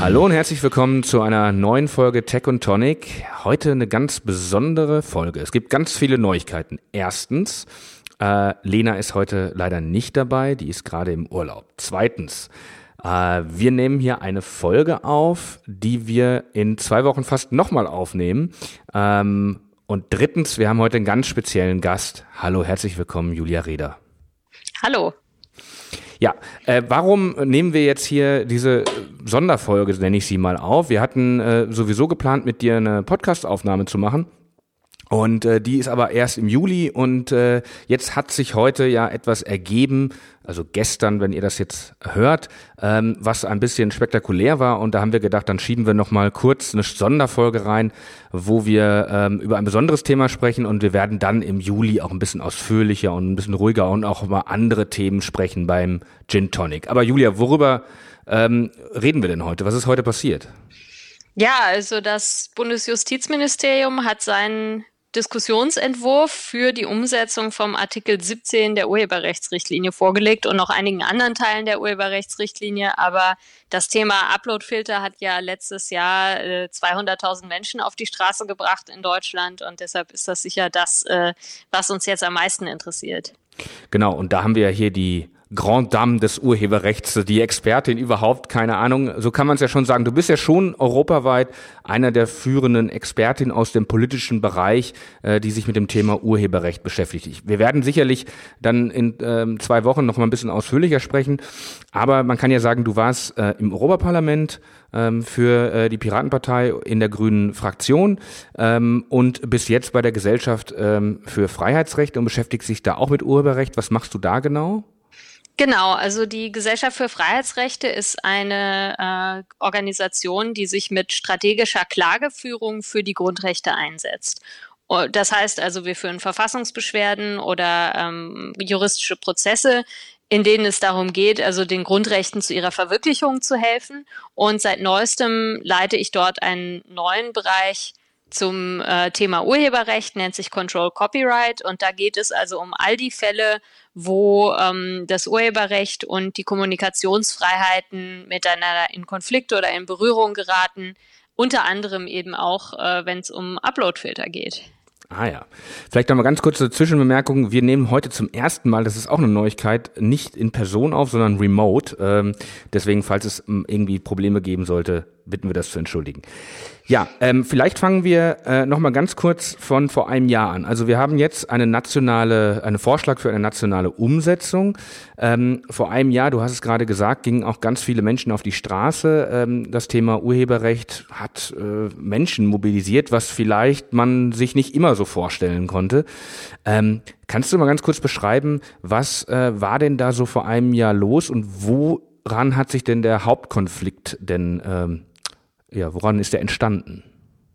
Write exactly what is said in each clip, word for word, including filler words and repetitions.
Hallo und herzlich willkommen zu einer neuen Folge Tech und Tonic. Heute eine ganz besondere Folge. Es gibt ganz viele Neuigkeiten. Erstens, äh, Lena ist heute leider nicht dabei, die ist gerade im Urlaub. Zweitens, äh, wir nehmen hier eine Folge auf, die wir in zwei Wochen fast nochmal aufnehmen. Ähm, und drittens, wir haben heute einen ganz speziellen Gast. Hallo, herzlich willkommen, Julia Reda. Hallo. Ja, äh, warum nehmen wir jetzt hier diese Sonderfolge, nenne ich sie mal, auf? Wir hatten äh, sowieso geplant, mit dir eine Podcast-Aufnahme zu machen. Und äh, die ist aber erst im Juli und äh, jetzt hat sich heute ja etwas ergeben, also gestern, wenn ihr das jetzt hört, ähm, was ein bisschen spektakulär war, und da haben wir gedacht, dann schieben wir nochmal kurz eine Sonderfolge rein, wo wir ähm, über ein besonderes Thema sprechen, und wir werden dann im Juli auch ein bisschen ausführlicher und ein bisschen ruhiger und auch über andere Themen sprechen beim Gin Tonic. Aber Julia, worüber ähm, reden wir denn heute? Was ist heute passiert? Ja, also das Bundesjustizministerium hat seinen Diskussionsentwurf für die Umsetzung vom Artikel siebzehn der Urheberrechtsrichtlinie vorgelegt und noch einigen anderen Teilen der Urheberrechtsrichtlinie. Aber das Thema Uploadfilter hat ja letztes Jahr äh, zweihunderttausend Menschen auf die Straße gebracht in Deutschland, und deshalb ist das sicher das, äh, was uns jetzt am meisten interessiert. Genau, und da haben wir ja hier die Grand Dame des Urheberrechts, die Expertin überhaupt, keine Ahnung, so kann man es ja schon sagen. Du bist ja schon europaweit einer der führenden Expertinnen aus dem politischen Bereich, äh, die sich mit dem Thema Urheberrecht beschäftigt. Wir werden sicherlich dann in ähm, zwei Wochen noch mal ein bisschen ausführlicher sprechen, aber man kann ja sagen, du warst äh, im Europaparlament ähm, für äh, die Piratenpartei in der grünen Fraktion ähm, und bist jetzt bei der Gesellschaft ähm, für Freiheitsrechte und beschäftigst dich da auch mit Urheberrecht. Was machst du da genau? Genau, also die Gesellschaft für Freiheitsrechte ist eine äh, Organisation, die sich mit strategischer Klageführung für die Grundrechte einsetzt. Das heißt also, wir führen Verfassungsbeschwerden oder ähm, juristische Prozesse, in denen es darum geht, also den Grundrechten zu ihrer Verwirklichung zu helfen. Und seit neuestem leite ich dort einen neuen Bereich zum äh, Thema Urheberrecht, nennt sich Control Copyright, und da geht es also um all die Fälle, wo ähm, das Urheberrecht und die Kommunikationsfreiheiten miteinander in Konflikt oder in Berührung geraten, unter anderem eben auch, äh, wenn es um Uploadfilter geht. Ah ja, vielleicht noch mal ganz kurze Zwischenbemerkung. Wir nehmen heute zum ersten Mal, das ist auch eine Neuigkeit, nicht in Person auf, sondern remote. Ähm, deswegen, falls es ähm, irgendwie Probleme geben sollte, bitten wir das zu entschuldigen. Ja, ähm, vielleicht fangen wir äh, noch mal ganz kurz von vor einem Jahr an. Also wir haben jetzt eine nationale, einen Vorschlag für eine nationale Umsetzung. Ähm, vor einem Jahr, du hast es gerade gesagt, gingen auch ganz viele Menschen auf die Straße. Ähm, das Thema Urheberrecht hat äh, Menschen mobilisiert, was vielleicht man sich nicht immer so vorstellen konnte. Ähm, kannst du mal ganz kurz beschreiben, was äh, war denn da so vor einem Jahr los und woran hat sich denn der Hauptkonflikt denn ähm, Ja, woran ist der entstanden?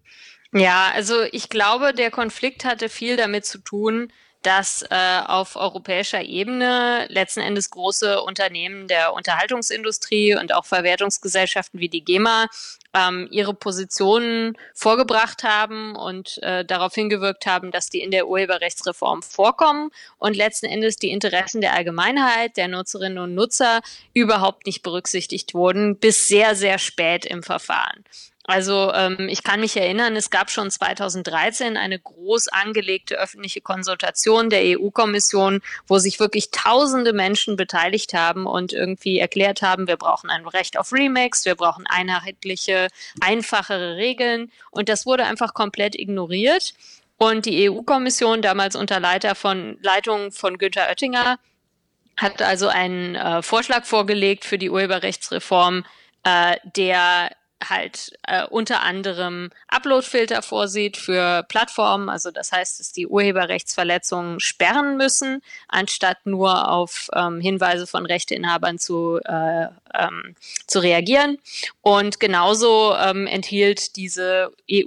Ja, also ich glaube, der Konflikt hatte viel damit zu tun, dass äh, auf europäischer Ebene letzten Endes große Unternehmen der Unterhaltungsindustrie und auch Verwertungsgesellschaften wie die GEMA ähm, ihre Positionen vorgebracht haben und äh, darauf hingewirkt haben, dass die in der Urheberrechtsreform vorkommen und letzten Endes die Interessen der Allgemeinheit, der Nutzerinnen und Nutzer überhaupt nicht berücksichtigt wurden, bis sehr, sehr spät im Verfahren. Also ähm, ich kann mich erinnern, es gab schon zweitausenddreizehn eine groß angelegte öffentliche Konsultation der E U-Kommission, wo sich wirklich tausende Menschen beteiligt haben und irgendwie erklärt haben, wir brauchen ein Recht auf Remix, wir brauchen einheitliche, einfachere Regeln, und das wurde einfach komplett ignoriert. Und die E U-Kommission, damals unter Leiter von, Leitung von Günther Oettinger, hat also einen äh, Vorschlag vorgelegt für die Urheberrechtsreform, äh, der halt äh, unter anderem Uploadfilter vorsieht für Plattformen, also das heißt, dass die Urheberrechtsverletzungen sperren müssen, anstatt nur auf ähm, Hinweise von Rechteinhabern zu, äh, ähm, zu reagieren. Und genauso ähm, enthielt diese E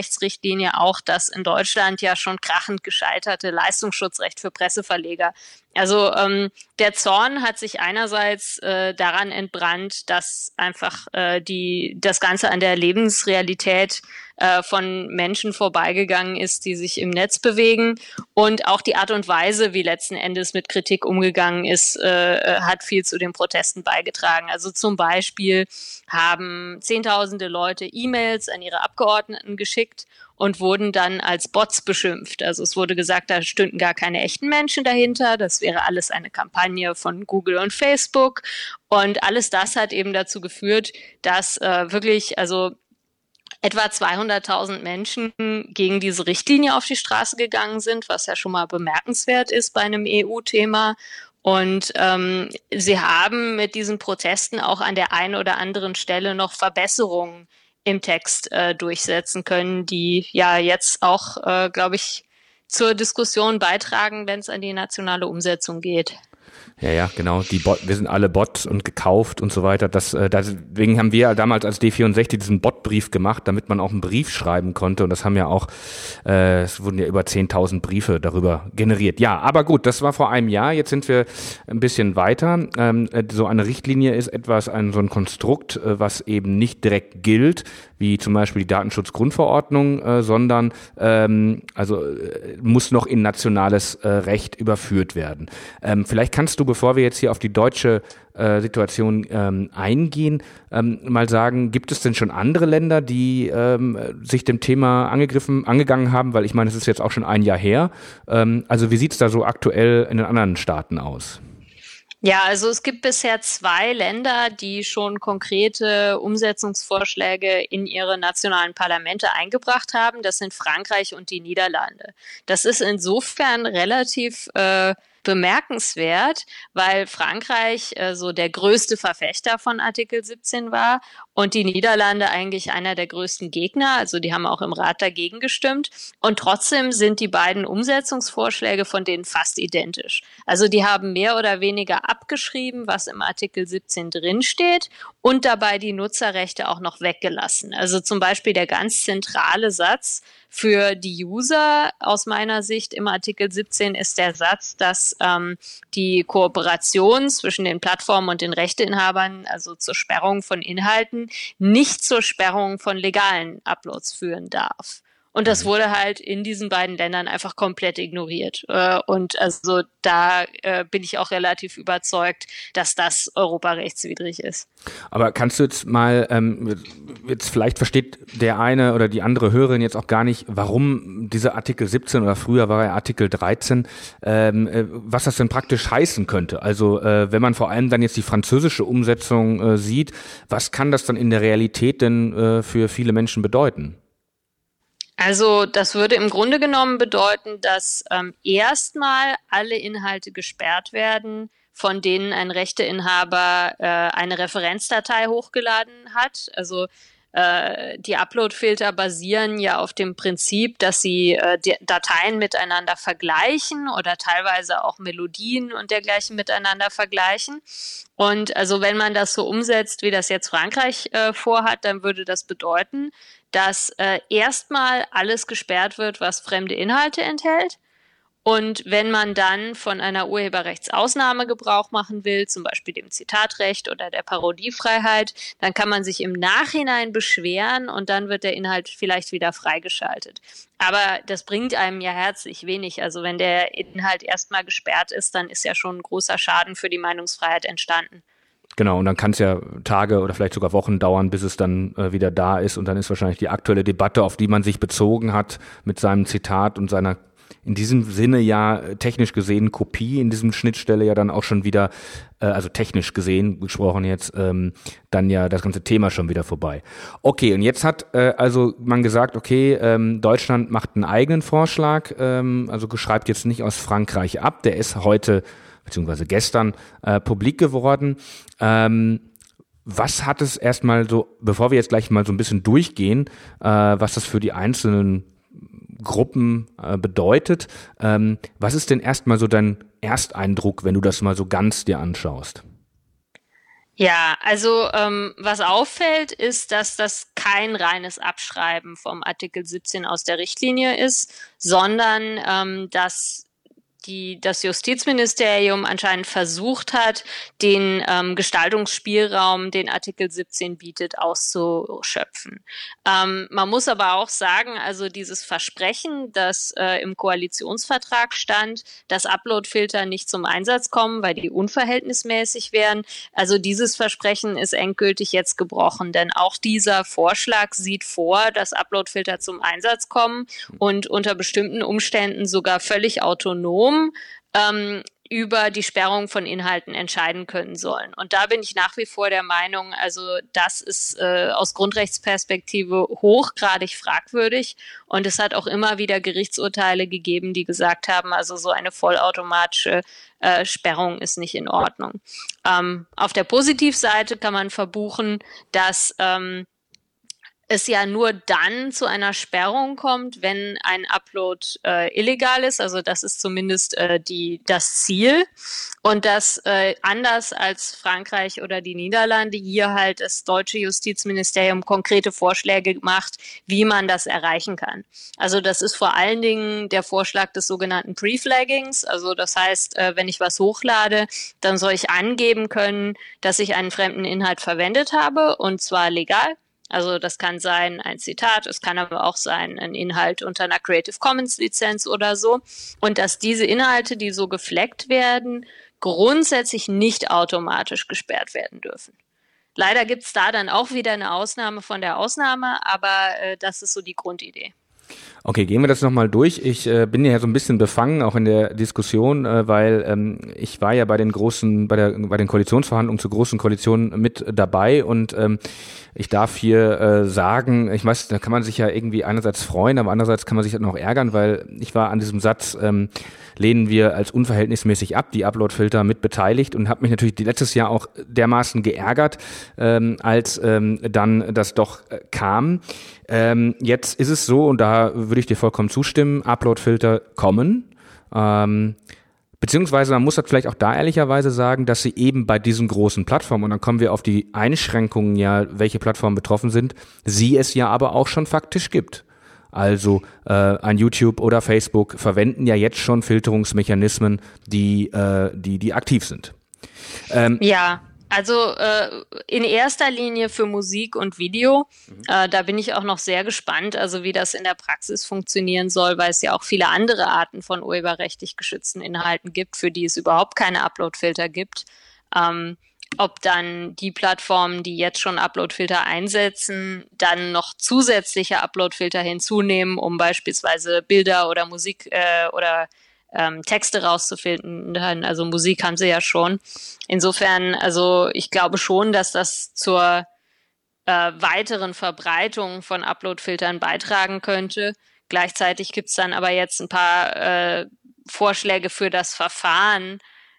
U-Urheberrechtsrichtlinie auch das in Deutschland ja schon krachend gescheiterte Leistungsschutzrecht für Presseverleger. Also ähm, der Zorn hat sich einerseits äh, daran entbrannt, dass einfach äh, die das Ganze an der Lebensrealität äh, von Menschen vorbeigegangen ist, die sich im Netz bewegen, und auch die Art und Weise, wie letzten Endes mit Kritik umgegangen ist, äh, hat viel zu den Protesten beigetragen. Also zum Beispiel haben Zehntausende Leute E-Mails an ihre Abgeordneten geschickt und wurden dann als Bots beschimpft. Also es wurde gesagt, da stünden gar keine echten Menschen dahinter, das wäre alles eine Kampagne von Google und Facebook, und alles das hat eben dazu geführt, dass äh, wirklich, also etwa zweihunderttausend Menschen gegen diese Richtlinie auf die Straße gegangen sind, was ja schon mal bemerkenswert ist bei einem E U-Thema. Und ähm, sie haben mit diesen Protesten auch an der einen oder anderen Stelle noch Verbesserungen im Text äh, durchsetzen können, die ja jetzt auch, äh, glaube ich, zur Diskussion beitragen, wenn es an die nationale Umsetzung geht. Ja, ja, genau. Die Bot, wir sind alle Bots und gekauft und so weiter. Das, äh, deswegen haben wir damals als D vierundsechzig diesen Botbrief gemacht, damit man auch einen Brief schreiben konnte. Und das haben ja auch, äh, es wurden ja über zehntausend Briefe darüber generiert. Ja, aber gut, das war vor einem Jahr. Jetzt sind wir ein bisschen weiter. Ähm, so eine Richtlinie ist etwas, ein so ein Konstrukt, äh, was eben nicht direkt gilt, wie zum Beispiel die Datenschutzgrundverordnung, äh, sondern ähm, also äh, muss noch in nationales äh, Recht überführt werden. Ähm, vielleicht kannst du, bevor wir jetzt hier auf die deutsche äh, Situation ähm, eingehen, ähm, mal sagen, gibt es denn schon andere Länder, die ähm, sich dem Thema angegriffen, angegangen haben? Weil ich meine, es ist jetzt auch schon ein Jahr her. Ähm, also wie sieht's da so aktuell in den anderen Staaten aus? Ja, also es gibt bisher zwei Länder, die schon konkrete Umsetzungsvorschläge in ihre nationalen Parlamente eingebracht haben. Das sind Frankreich und die Niederlande. Das ist insofern relativ äh, bemerkenswert, weil Frankreich äh, so der größte Verfechter von Artikel siebzehn war und die Niederlande eigentlich einer der größten Gegner. Also die haben auch im Rat dagegen gestimmt. Und trotzdem sind die beiden Umsetzungsvorschläge von denen fast identisch. Also die haben mehr oder weniger abgeschrieben, was im Artikel siebzehn drinsteht, und dabei die Nutzerrechte auch noch weggelassen. Also zum Beispiel der ganz zentrale Satz für die User aus meiner Sicht im Artikel siebzehn ist der Satz, dass ähm, die Kooperation zwischen den Plattformen und den Rechteinhabern, also zur Sperrung von Inhalten, nicht zur Sperrung von legalen Uploads führen darf. Und das wurde halt in diesen beiden Ländern einfach komplett ignoriert. Und also da bin ich auch relativ überzeugt, dass das europarechtswidrig ist. Aber kannst du jetzt mal, ähm, jetzt vielleicht versteht der eine oder die andere Hörerin jetzt auch gar nicht, warum dieser Artikel siebzehn oder früher war er Artikel dreizehn, ähm, was das denn praktisch heißen könnte. Also äh, wenn man vor allem dann jetzt die französische Umsetzung äh, sieht, was kann das dann in der Realität denn äh, für viele Menschen bedeuten? Also das würde im Grunde genommen bedeuten, dass ähm, erstmal alle Inhalte gesperrt werden, von denen ein Rechteinhaber äh, eine Referenzdatei hochgeladen hat. Also äh, die Upload-Filter basieren ja auf dem Prinzip, dass sie äh, die Dateien miteinander vergleichen oder teilweise auch Melodien und dergleichen miteinander vergleichen. Und also wenn man das so umsetzt, wie das jetzt Frankreich äh, vorhat, dann würde das bedeuten, dass äh, erstmal alles gesperrt wird, was fremde Inhalte enthält. Und wenn man dann von einer Urheberrechtsausnahme Gebrauch machen will, zum Beispiel dem Zitatrecht oder der Parodiefreiheit, dann kann man sich im Nachhinein beschweren und dann wird der Inhalt vielleicht wieder freigeschaltet. Aber das bringt einem ja herzlich wenig. Also wenn der Inhalt erstmal gesperrt ist, dann ist ja schon ein großer Schaden für die Meinungsfreiheit entstanden. Genau, und dann kann es ja Tage oder vielleicht sogar Wochen dauern, bis es dann äh, wieder da ist. Und dann ist wahrscheinlich die aktuelle Debatte, auf die man sich bezogen hat, mit seinem Zitat und seiner in diesem Sinne ja technisch gesehen Kopie in diesem Schnittstelle ja dann auch schon wieder, äh, also technisch gesehen gesprochen jetzt, ähm, dann ja das ganze Thema schon wieder vorbei. Okay, und jetzt hat äh, also man gesagt, okay, ähm, Deutschland macht einen eigenen Vorschlag, ähm, also schreibt jetzt nicht aus Frankreich ab, der ist heute beziehungsweise gestern äh, publik geworden. Ähm, was hat es erstmal so, bevor wir jetzt gleich mal so ein bisschen durchgehen, äh, was das für die einzelnen Gruppen äh, bedeutet, ähm, was ist denn erstmal so dein Ersteindruck, wenn du das mal so ganz dir anschaust? Ja, also ähm, was auffällt, ist, dass das kein reines Abschreiben vom Artikel siebzehn aus der Richtlinie ist, sondern ähm, dass die das Justizministerium anscheinend versucht hat, den ähm, Gestaltungsspielraum, den Artikel siebzehn bietet, auszuschöpfen. Ähm, man muss aber auch sagen, also dieses Versprechen, das äh, im Koalitionsvertrag stand, dass Uploadfilter nicht zum Einsatz kommen, weil die unverhältnismäßig wären, also dieses Versprechen ist endgültig jetzt gebrochen, denn auch dieser Vorschlag sieht vor, dass Uploadfilter zum Einsatz kommen und unter bestimmten Umständen sogar völlig autonom ähm, über die Sperrung von Inhalten entscheiden können sollen. Und da bin ich nach wie vor der Meinung, also das ist äh, aus Grundrechtsperspektive hochgradig fragwürdig. Und es hat auch immer wieder Gerichtsurteile gegeben, die gesagt haben, also so eine vollautomatische äh, Sperrung ist nicht in Ordnung. Ähm, auf der Positivseite kann man verbuchen, dass ähm, es ja nur dann zu einer Sperrung kommt, wenn ein Upload äh, illegal ist. Also das ist zumindest äh, die, das Ziel. Und dass äh, anders als Frankreich oder die Niederlande hier halt das deutsche Justizministerium konkrete Vorschläge macht, wie man das erreichen kann. Also das ist vor allen Dingen der Vorschlag des sogenannten Pre-Flaggings. Also das heißt, äh, wenn ich was hochlade, dann soll ich angeben können, dass ich einen fremden Inhalt verwendet habe, und zwar legal. Also das kann sein ein Zitat, es kann aber auch sein ein Inhalt unter einer Creative Commons Lizenz oder so. Und dass diese Inhalte, die so gefleckt werden, grundsätzlich nicht automatisch gesperrt werden dürfen. Leider gibt es da dann auch wieder eine Ausnahme von der Ausnahme, aber äh, das ist so die Grundidee. Okay, gehen wir das nochmal durch. Ich äh, bin ja so ein bisschen befangen, auch in der Diskussion, äh, weil ähm, ich war ja bei den großen, bei der, bei den Koalitionsverhandlungen zur großen Koalition mit dabei, und ähm, ich darf hier äh, sagen, ich weiß, da kann man sich ja irgendwie einerseits freuen, aber andererseits kann man sich halt noch ärgern, weil ich war an diesem Satz, ähm, lehnen wir als unverhältnismäßig ab, die Uploadfilter mit beteiligt, und habe mich natürlich letztes Jahr auch dermaßen geärgert, ähm, als ähm, dann das doch äh, kam. Ähm, jetzt ist es so, und da würde ich dir vollkommen zustimmen, Uploadfilter kommen. Ähm, beziehungsweise man muss das vielleicht auch da ehrlicherweise sagen, dass sie eben bei diesen großen Plattformen, und dann kommen wir auf die Einschränkungen ja, welche Plattformen betroffen sind, sie es ja aber auch schon faktisch gibt. Also äh, ein YouTube oder Facebook verwenden ja jetzt schon Filterungsmechanismen, die äh, die die aktiv sind. Ähm, ja. Also äh, in erster Linie für Musik und Video. Mhm. Äh, da bin ich auch noch sehr gespannt, also wie das in der Praxis funktionieren soll, weil es ja auch viele andere Arten von urheberrechtlich geschützten Inhalten gibt, für die es überhaupt keine Uploadfilter gibt. Ähm, ob dann die Plattformen, die jetzt schon Uploadfilter einsetzen, dann noch zusätzliche Uploadfilter hinzunehmen, um beispielsweise Bilder oder Musik äh, oder Ähm, Texte rauszufiltern, also Musik haben sie ja schon. Insofern, also ich glaube schon, dass das zur äh, weiteren Verbreitung von Uploadfiltern beitragen könnte. Gleichzeitig gibt es dann aber jetzt ein paar äh, Vorschläge für das Verfahren,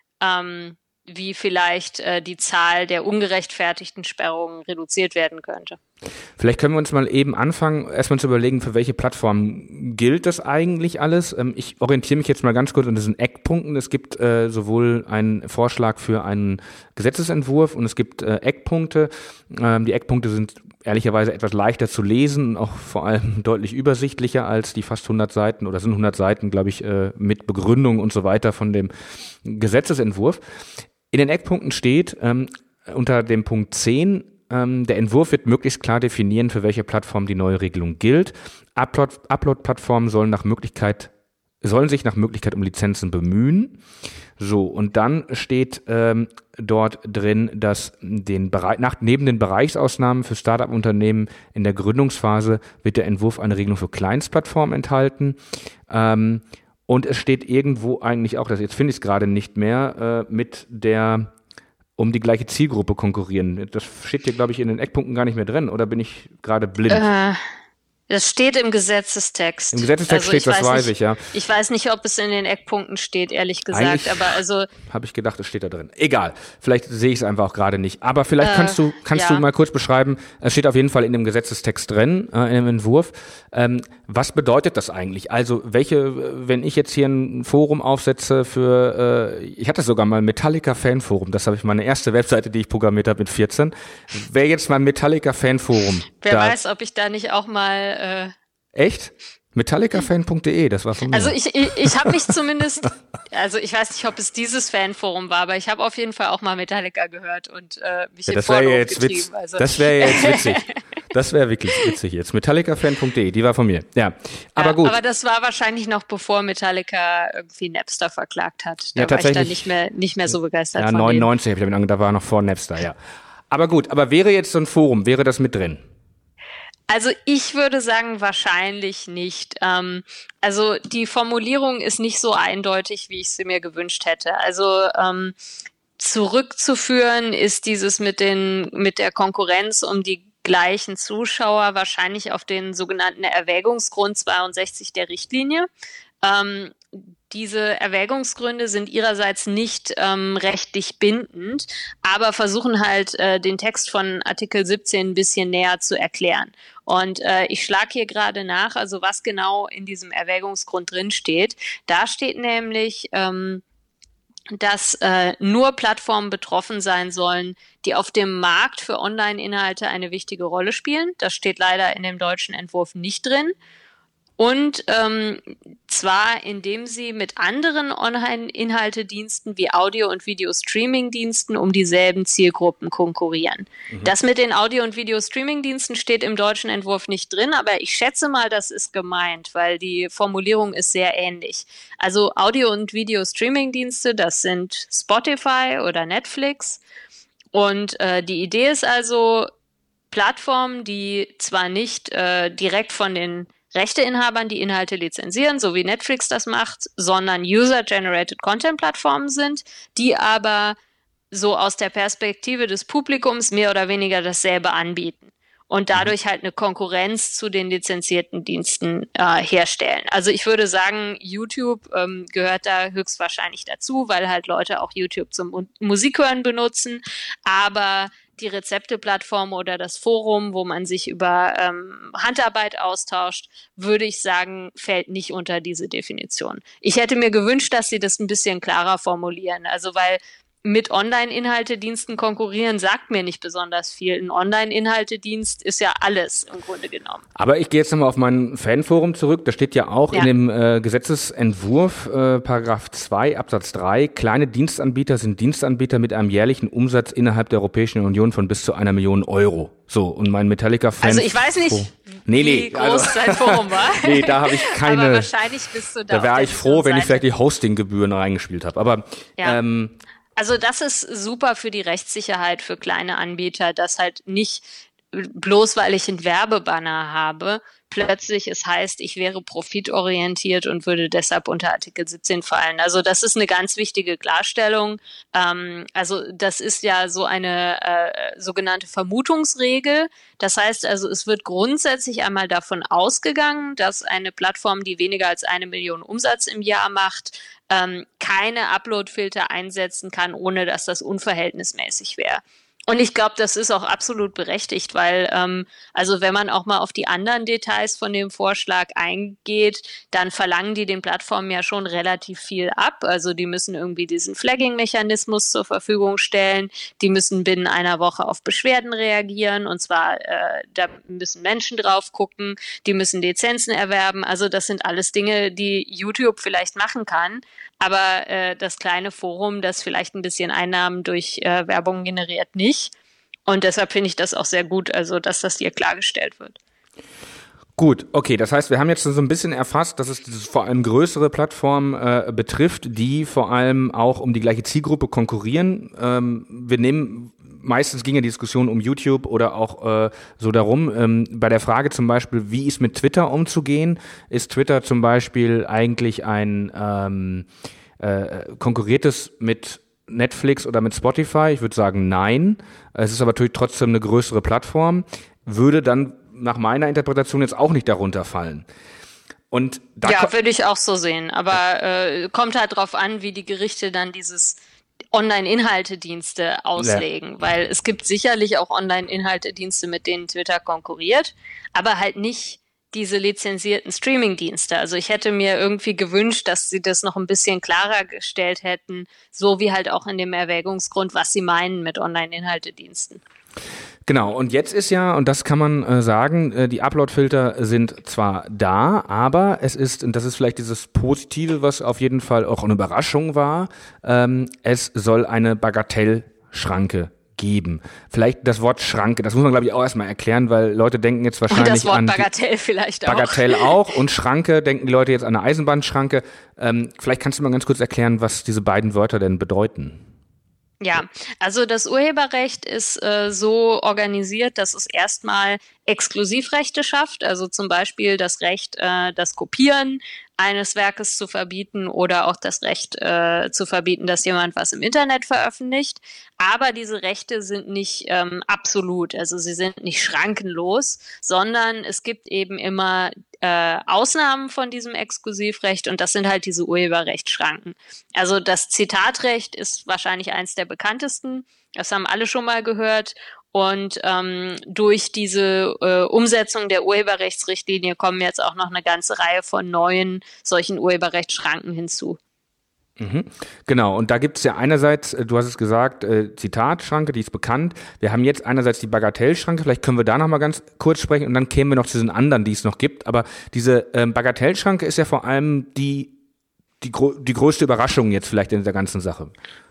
ähm, wie vielleicht äh, die Zahl der ungerechtfertigten Sperrungen reduziert werden könnte. Vielleicht können wir uns mal eben anfangen, erstmal zu überlegen, für welche Plattform gilt das eigentlich alles. Ähm, ich orientiere mich jetzt mal ganz kurz an diesen Eckpunkten. Es gibt äh, sowohl einen Vorschlag für einen Gesetzesentwurf und es gibt äh, Eckpunkte. Ähm, die Eckpunkte sind ehrlicherweise etwas leichter zu lesen und auch vor allem deutlich übersichtlicher als die fast hundert Seiten, oder sind hundert Seiten, glaube ich, äh, mit Begründung und so weiter von dem Gesetzesentwurf. In den Eckpunkten steht ähm, unter dem Punkt zehn, ähm, der Entwurf wird möglichst klar definieren, für welche Plattform die neue Regelung gilt. Upload, Upload-Plattformen sollen nach Möglichkeit, sollen sich nach Möglichkeit um Lizenzen bemühen. So, und dann steht ähm, dort drin, dass den Bereich, nach, neben den Bereichsausnahmen für Startup-Unternehmen in der Gründungsphase wird der Entwurf eine Regelung für Kleinstplattformen enthalten. Ähm, Und es steht irgendwo eigentlich auch, das jetzt finde ich es gerade nicht mehr, äh, mit der um die gleiche Zielgruppe konkurrieren. Das steht hier, glaube ich, in den Eckpunkten gar nicht mehr drin, oder bin ich gerade blind? Äh, das steht im Gesetzestext. Im Gesetzestext also steht, das weiß ich, ja. Ich weiß nicht, ob es in den Eckpunkten steht, ehrlich gesagt, eigentlich aber also habe ich gedacht, es steht da drin. Egal, vielleicht sehe ich es einfach auch gerade nicht. Aber vielleicht äh, kannst du kannst ja. du mal kurz beschreiben, es steht auf jeden Fall in dem Gesetzestext drin, äh, in dem Entwurf. Ähm, was bedeutet das eigentlich? Also welche, wenn ich jetzt hier ein Forum aufsetze für, äh, ich hatte sogar mal ein Metallica-Fanforum, das habe ich meine erste Webseite, die ich programmiert habe mit vierzehn. Wäre jetzt mal ein Metallica-Fanforum. Wer da, weiß, ob ich da nicht auch mal... Äh Echt? Metallicafan punkt de, das war von mir. Also ich, ich, ich habe mich zumindest, also ich weiß nicht, ob es dieses Fanforum war, aber ich habe auf jeden Fall auch mal Metallica gehört und äh, mich ja, in das wäre Vorlauf jetzt getrieben. Witz, also. Das wäre jetzt witzig. Das wäre wirklich witzig jetzt. Metallicafan punkt de, die war von mir. Ja, aber ja, gut. Aber das war wahrscheinlich noch bevor Metallica irgendwie Napster verklagt hat. Da ja, war ich dann tatsächlich, nicht mehr, nicht mehr so begeistert ja, von neunundneunzig habe ich damit angefangen, da war noch vor Napster, ja. Aber gut, aber wäre jetzt so ein Forum, wäre das mit drin? Also ich würde sagen, wahrscheinlich nicht. Ähm, also die Formulierung ist nicht so eindeutig, wie ich sie mir gewünscht hätte. Also ähm, zurückzuführen ist dieses mit den mit der Konkurrenz um die gleichen Zuschauer wahrscheinlich auf den sogenannten Erwägungsgrund zweiundsechzig der Richtlinie. Ähm, Diese Erwägungsgründe sind ihrerseits nicht ähm, rechtlich bindend, aber versuchen halt äh, den Text von Artikel siebzehn ein bisschen näher zu erklären. Und äh, ich schlage hier gerade nach, also was genau in diesem Erwägungsgrund drin steht. Da steht nämlich, ähm, dass äh, nur Plattformen betroffen sein sollen, die auf dem Markt für Online-Inhalte eine wichtige Rolle spielen. Das steht leider in dem deutschen Entwurf nicht drin. Und ähm, zwar, indem sie mit anderen Online-Inhalte-Diensten wie Audio- und Video-Streaming-Diensten um dieselben Zielgruppen konkurrieren. Mhm. Das mit den Audio- und Video-Streaming-Diensten steht im deutschen Entwurf nicht drin, aber ich schätze mal, das ist gemeint, weil die Formulierung ist sehr ähnlich. Also Audio- und Video-Streaming-Dienste, das sind Spotify oder Netflix. Und äh, die Idee ist also, Plattformen, die zwar nicht äh, direkt von den Rechteinhabern die Inhalte lizenzieren, so wie Netflix das macht, sondern User-Generated-Content-Plattformen sind, die aber so aus der Perspektive des Publikums mehr oder weniger dasselbe anbieten und dadurch halt eine Konkurrenz zu den lizenzierten Diensten äh, herstellen. Also ich würde sagen, YouTube ähm, gehört da höchstwahrscheinlich dazu, weil halt Leute auch YouTube zum Mu- Musikhören benutzen, aber die Rezepte-Plattform oder das Forum, wo man sich über ähm, Handarbeit austauscht, würde ich sagen, fällt nicht unter diese Definition. Ich hätte mir gewünscht, dass sie das ein bisschen klarer formulieren. Also weil mit Online-Inhaltediensten konkurrieren sagt mir nicht besonders viel. Ein Online-Inhaltedienst ist ja alles im Grunde genommen. Aber ich gehe jetzt nochmal auf mein Fanforum zurück. Da steht ja auch ja. in dem äh, Gesetzesentwurf, äh, Paragraph zwei Absatz drei, kleine Dienstanbieter sind Dienstanbieter mit einem jährlichen Umsatz innerhalb der Europäischen Union von bis zu einer Million Euro. So, und mein Metallica-Fan... Also ich weiß nicht, nee, wie nee, groß also, sein Forum war. Nee, da habe ich keine... Aber wahrscheinlich bist du da. Da wäre ich froh, wenn ich vielleicht die Hostinggebühren reingespielt habe. Aber... Ja. Ähm, Also das ist super für die Rechtssicherheit für kleine Anbieter, dass halt nicht bloß weil ich einen Werbebanner habe, plötzlich es heißt, ich wäre profitorientiert und würde deshalb unter Artikel siebzehn fallen. Also das ist eine ganz wichtige Klarstellung. Ähm, also das ist ja so eine äh, sogenannte Vermutungsregel. Das heißt also, es wird grundsätzlich einmal davon ausgegangen, dass eine Plattform, die weniger als eine Million Umsatz im Jahr macht, ähm, keine Upload-Filter einsetzen kann, ohne dass das unverhältnismäßig wäre. Und ich glaube, das ist auch absolut berechtigt, weil ähm, also wenn man auch mal auf die anderen Details von dem Vorschlag eingeht, dann verlangen die den Plattformen ja schon relativ viel ab. Also die müssen irgendwie diesen Flagging-Mechanismus zur Verfügung stellen, die müssen binnen einer Woche auf Beschwerden reagieren und zwar äh, da müssen Menschen drauf gucken, die müssen Lizenzen erwerben. Also das sind alles Dinge, die YouTube vielleicht machen kann. Aber äh, das kleine Forum, das vielleicht ein bisschen Einnahmen durch äh, Werbung generiert, nicht. Und deshalb finde ich das auch sehr gut, also dass das hier klargestellt wird. Gut, okay, das heißt, wir haben jetzt so ein bisschen erfasst, dass es vor allem größere Plattformen äh, betrifft, die vor allem auch um die gleiche Zielgruppe konkurrieren. Ähm, wir nehmen, meistens ging ja die Diskussion um YouTube oder auch äh, so darum, ähm, bei der Frage zum Beispiel, wie ist mit Twitter umzugehen? Ist Twitter zum Beispiel eigentlich ein ähm, äh, konkurriert es mit Netflix oder mit Spotify? Ich würde sagen, nein. Es ist aber natürlich trotzdem eine größere Plattform. Würde dann nach meiner Interpretation jetzt auch nicht darunter fallen. Und da ja, würde ich auch so sehen. Aber äh, kommt halt drauf an, wie die Gerichte dann dieses Online-Inhaltedienste auslegen. Ja. Weil es gibt sicherlich auch Online-Inhaltedienste, mit denen Twitter konkurriert, aber halt nicht diese lizenzierten Streaming-Dienste. Also ich hätte mir irgendwie gewünscht, dass sie das noch ein bisschen klarer gestellt hätten, so wie halt auch in dem Erwägungsgrund, was sie meinen mit Online-Inhaltediensten. Genau, und jetzt ist ja, und das kann man äh, sagen, äh, die Upload-Filter sind zwar da, aber es ist, und das ist vielleicht dieses Positive, was auf jeden Fall auch eine Überraschung war, ähm, es soll eine Bagatellschranke geben. Vielleicht das Wort Schranke, das muss man glaube ich auch erstmal erklären, weil Leute denken jetzt wahrscheinlich an... Und das Wort Bagatell vielleicht auch. Bagatell auch und Schranke, denken die Leute jetzt an eine Eisenbahnschranke. Ähm, vielleicht kannst du mal ganz kurz erklären, was diese beiden Wörter denn bedeuten. Ja, also das Urheberrecht ist äh, so organisiert, dass es erstmal Exklusivrechte schafft, also zum Beispiel das Recht, äh, das Kopieren eines Werkes zu verbieten oder auch das Recht äh, zu verbieten, dass jemand was im Internet veröffentlicht. Aber diese Rechte sind nicht ähm, absolut, also sie sind nicht schrankenlos, sondern es gibt eben immer äh, Ausnahmen von diesem Exklusivrecht und das sind halt diese Urheberrechtsschranken. Also das Zitatrecht ist wahrscheinlich eins der bekanntesten, das haben alle schon mal gehört. Und ähm, durch diese äh, Umsetzung der Urheberrechtsrichtlinie kommen jetzt auch noch eine ganze Reihe von neuen solchen Urheberrechtsschranken hinzu. Mhm. Genau, und da gibt es ja einerseits, du hast es gesagt, äh, Zitatschranke, die ist bekannt. Wir haben jetzt einerseits die Bagatellschranke, vielleicht können wir da noch mal ganz kurz sprechen und dann kämen wir noch zu den anderen, die es noch gibt. Aber diese ähm, Bagatellschranke ist ja vor allem die, die, gro- die größte Überraschung jetzt vielleicht in der ganzen Sache.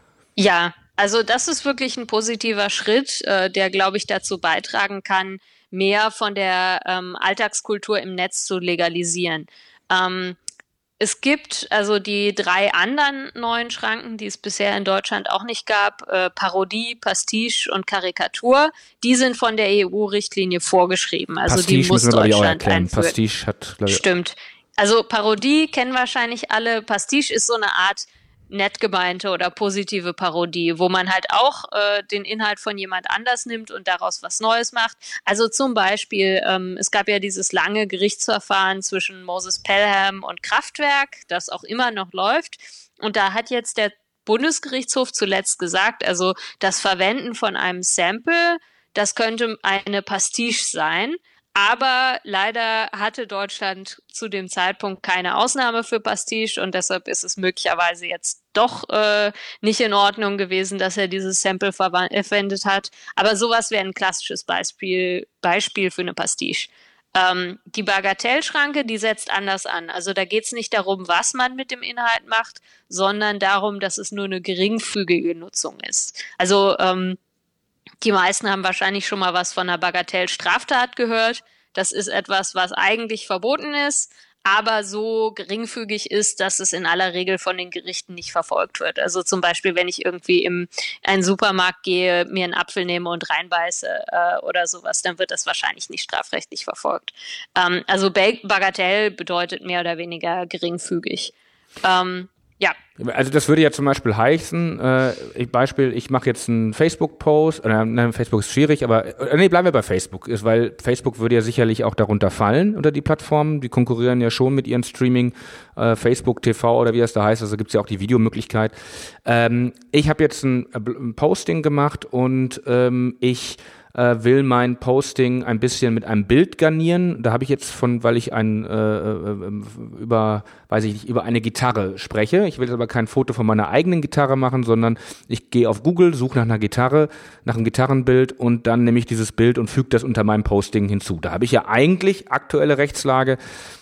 Ja, also das ist wirklich ein positiver Schritt, äh, der, glaube ich, dazu beitragen kann, mehr von der ähm, Alltagskultur im Netz zu legalisieren. Ähm, es gibt also die drei anderen neuen Schranken, die es bisher in Deutschland auch nicht gab, äh, Parodie, Pastiche und Karikatur, die sind von der E U-Richtlinie vorgeschrieben. Also Pastiche die muss müssen wir, glaube ich, auch Deutschland erklären. einführen. Pastiche hat, glaube ich, Stimmt. Also Parodie kennen wahrscheinlich alle. Pastiche ist so eine Art nett gemeinte oder positive Parodie, wo man halt auch äh, den Inhalt von jemand anders nimmt und daraus was Neues macht. Also zum Beispiel, ähm, es gab ja dieses lange Gerichtsverfahren zwischen Moses Pelham und Kraftwerk, das auch immer noch läuft. Und da hat jetzt der Bundesgerichtshof zuletzt gesagt, also das Verwenden von einem Sample, das könnte eine Pastiche sein. Aber leider hatte Deutschland zu dem Zeitpunkt keine Ausnahme für Pastiche und deshalb ist es möglicherweise jetzt doch äh, nicht in Ordnung gewesen, dass er dieses Sample verwendet hat. Aber sowas wäre ein klassisches Beispiel, Beispiel für eine Pastiche. Ähm, die Bagatellschranke, die setzt anders an. Also da geht es nicht darum, was man mit dem Inhalt macht, sondern darum, dass es nur eine geringfügige Nutzung ist. Also ähm, die meisten haben wahrscheinlich schon mal was von einer Bagatellstraftat gehört. Das ist etwas, was eigentlich verboten ist, aber so geringfügig ist, dass es in aller Regel von den Gerichten nicht verfolgt wird. Also zum Beispiel, wenn ich irgendwie in einen Supermarkt gehe, mir einen Apfel nehme und reinbeiße äh, oder sowas, dann wird das wahrscheinlich nicht strafrechtlich verfolgt. Ähm, also Bagatell bedeutet mehr oder weniger geringfügig. Ähm, Ja. Also das würde ja zum Beispiel heißen, äh, ich, Beispiel, ich mache jetzt einen Facebook-Post, oder nein, Facebook ist schwierig, aber äh, nee, bleiben wir bei Facebook, ist, weil Facebook würde ja sicherlich auch darunter fallen, unter die Plattformen, die konkurrieren ja schon mit ihren Streaming, äh, Facebook T V oder wie das da heißt, also gibt's ja auch die Videomöglichkeit. Ähm, ich habe jetzt ein, ein Posting gemacht und ähm, ich äh, will mein Posting ein bisschen mit einem Bild garnieren. Da habe ich jetzt von, weil ich ein äh, äh, über, weiß ich nicht, über eine Gitarre spreche. Ich will jetzt aber kein Foto von meiner eigenen Gitarre machen, sondern ich gehe auf Google, suche nach einer Gitarre, nach einem Gitarrenbild und dann nehme ich dieses Bild und füge das unter meinem Posting hinzu. Da habe ich ja eigentlich aktuelle Rechtslage.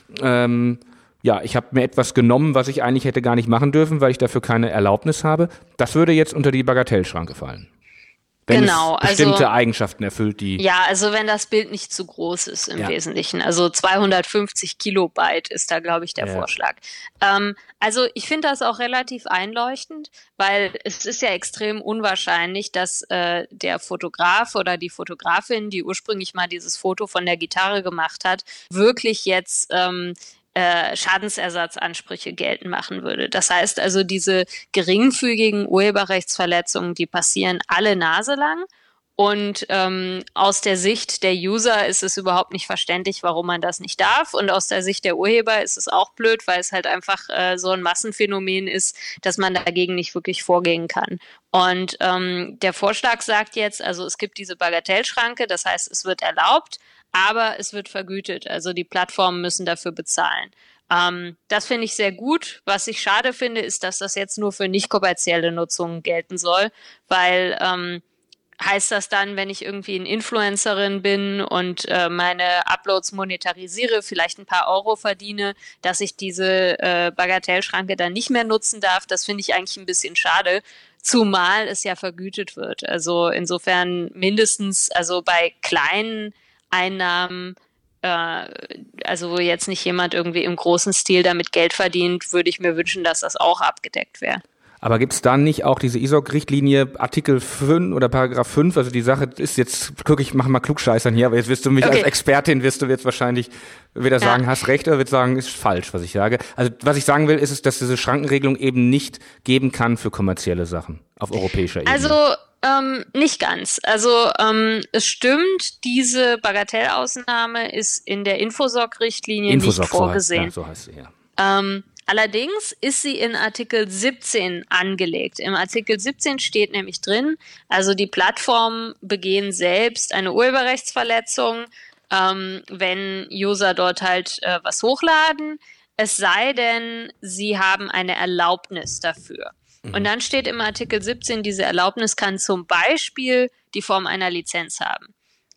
Ähm, ja, ich habe mir etwas genommen, was ich eigentlich hätte gar nicht machen dürfen, weil ich dafür keine Erlaubnis habe. Das würde jetzt unter die Bagatellschranke fallen. Wenn genau, es bestimmte also, Eigenschaften erfüllt, die... Ja, also wenn das Bild nicht zu groß ist im ja. Wesentlichen. Also zweihundertfünfzig Kilobyte ist da, glaube ich, der ja. Vorschlag. Ähm, also ich finde das auch relativ einleuchtend, weil es ist ja extrem unwahrscheinlich, dass äh, der Fotograf oder die Fotografin, die ursprünglich mal dieses Foto von der Gitarre gemacht hat, wirklich jetzt... Ähm, Äh, Schadensersatzansprüche geltend machen würde. Das heißt also, diese geringfügigen Urheberrechtsverletzungen, die passieren alle naselang und ähm, aus der Sicht der User ist es überhaupt nicht verständlich, warum man das nicht darf und aus der Sicht der Urheber ist es auch blöd, weil es halt einfach äh, so ein Massenphänomen ist, dass man dagegen nicht wirklich vorgehen kann. Und ähm, der Vorschlag sagt jetzt, also es gibt diese Bagatellschranke, das heißt, es wird erlaubt, aber es wird vergütet. Also die Plattformen müssen dafür bezahlen. Ähm, das finde ich sehr gut. Was ich schade finde, ist, dass das jetzt nur für nicht kommerzielle Nutzungen gelten soll, weil ähm, heißt das dann, wenn ich irgendwie eine Influencerin bin und äh, meine Uploads monetarisiere, vielleicht ein paar Euro verdiene, dass ich diese äh, Bagatellschranke dann nicht mehr nutzen darf? Das finde ich eigentlich ein bisschen schade, zumal es ja vergütet wird. Also insofern mindestens, also bei kleinen Einnahmen, äh, also wo jetzt nicht jemand irgendwie im großen Stil damit Geld verdient, würde ich mir wünschen, dass das auch abgedeckt wäre. Aber gibt es dann nicht auch diese I S O C-Richtlinie Artikel fünf oder Paragraph fünf? Also die Sache ist jetzt, guck, ich mache mal Klugscheißern hier, aber jetzt wirst du mich okay. als Expertin, wirst du jetzt wahrscheinlich wieder sagen, ja. hast recht, oder wirst sagen, ist falsch, was ich sage. Also was ich sagen will, ist es, dass diese Schrankenregelung eben nicht geben kann für kommerzielle Sachen auf europäischer Ebene. Also ähm, nicht ganz. Also ähm, es stimmt, diese Bagatellausnahme ist in der Infosoc-Richtlinie Infosoc, nicht vorgesehen. Ja, so heißt sie, ja. Ähm, Allerdings ist sie in Artikel siebzehn angelegt. Im Artikel siebzehn steht nämlich drin, also die Plattformen begehen selbst eine Urheberrechtsverletzung, ähm, wenn User dort halt äh, was hochladen, es sei denn, sie haben eine Erlaubnis dafür. Mhm. Und dann steht im Artikel siebzehn, diese Erlaubnis kann zum Beispiel die Form einer Lizenz haben.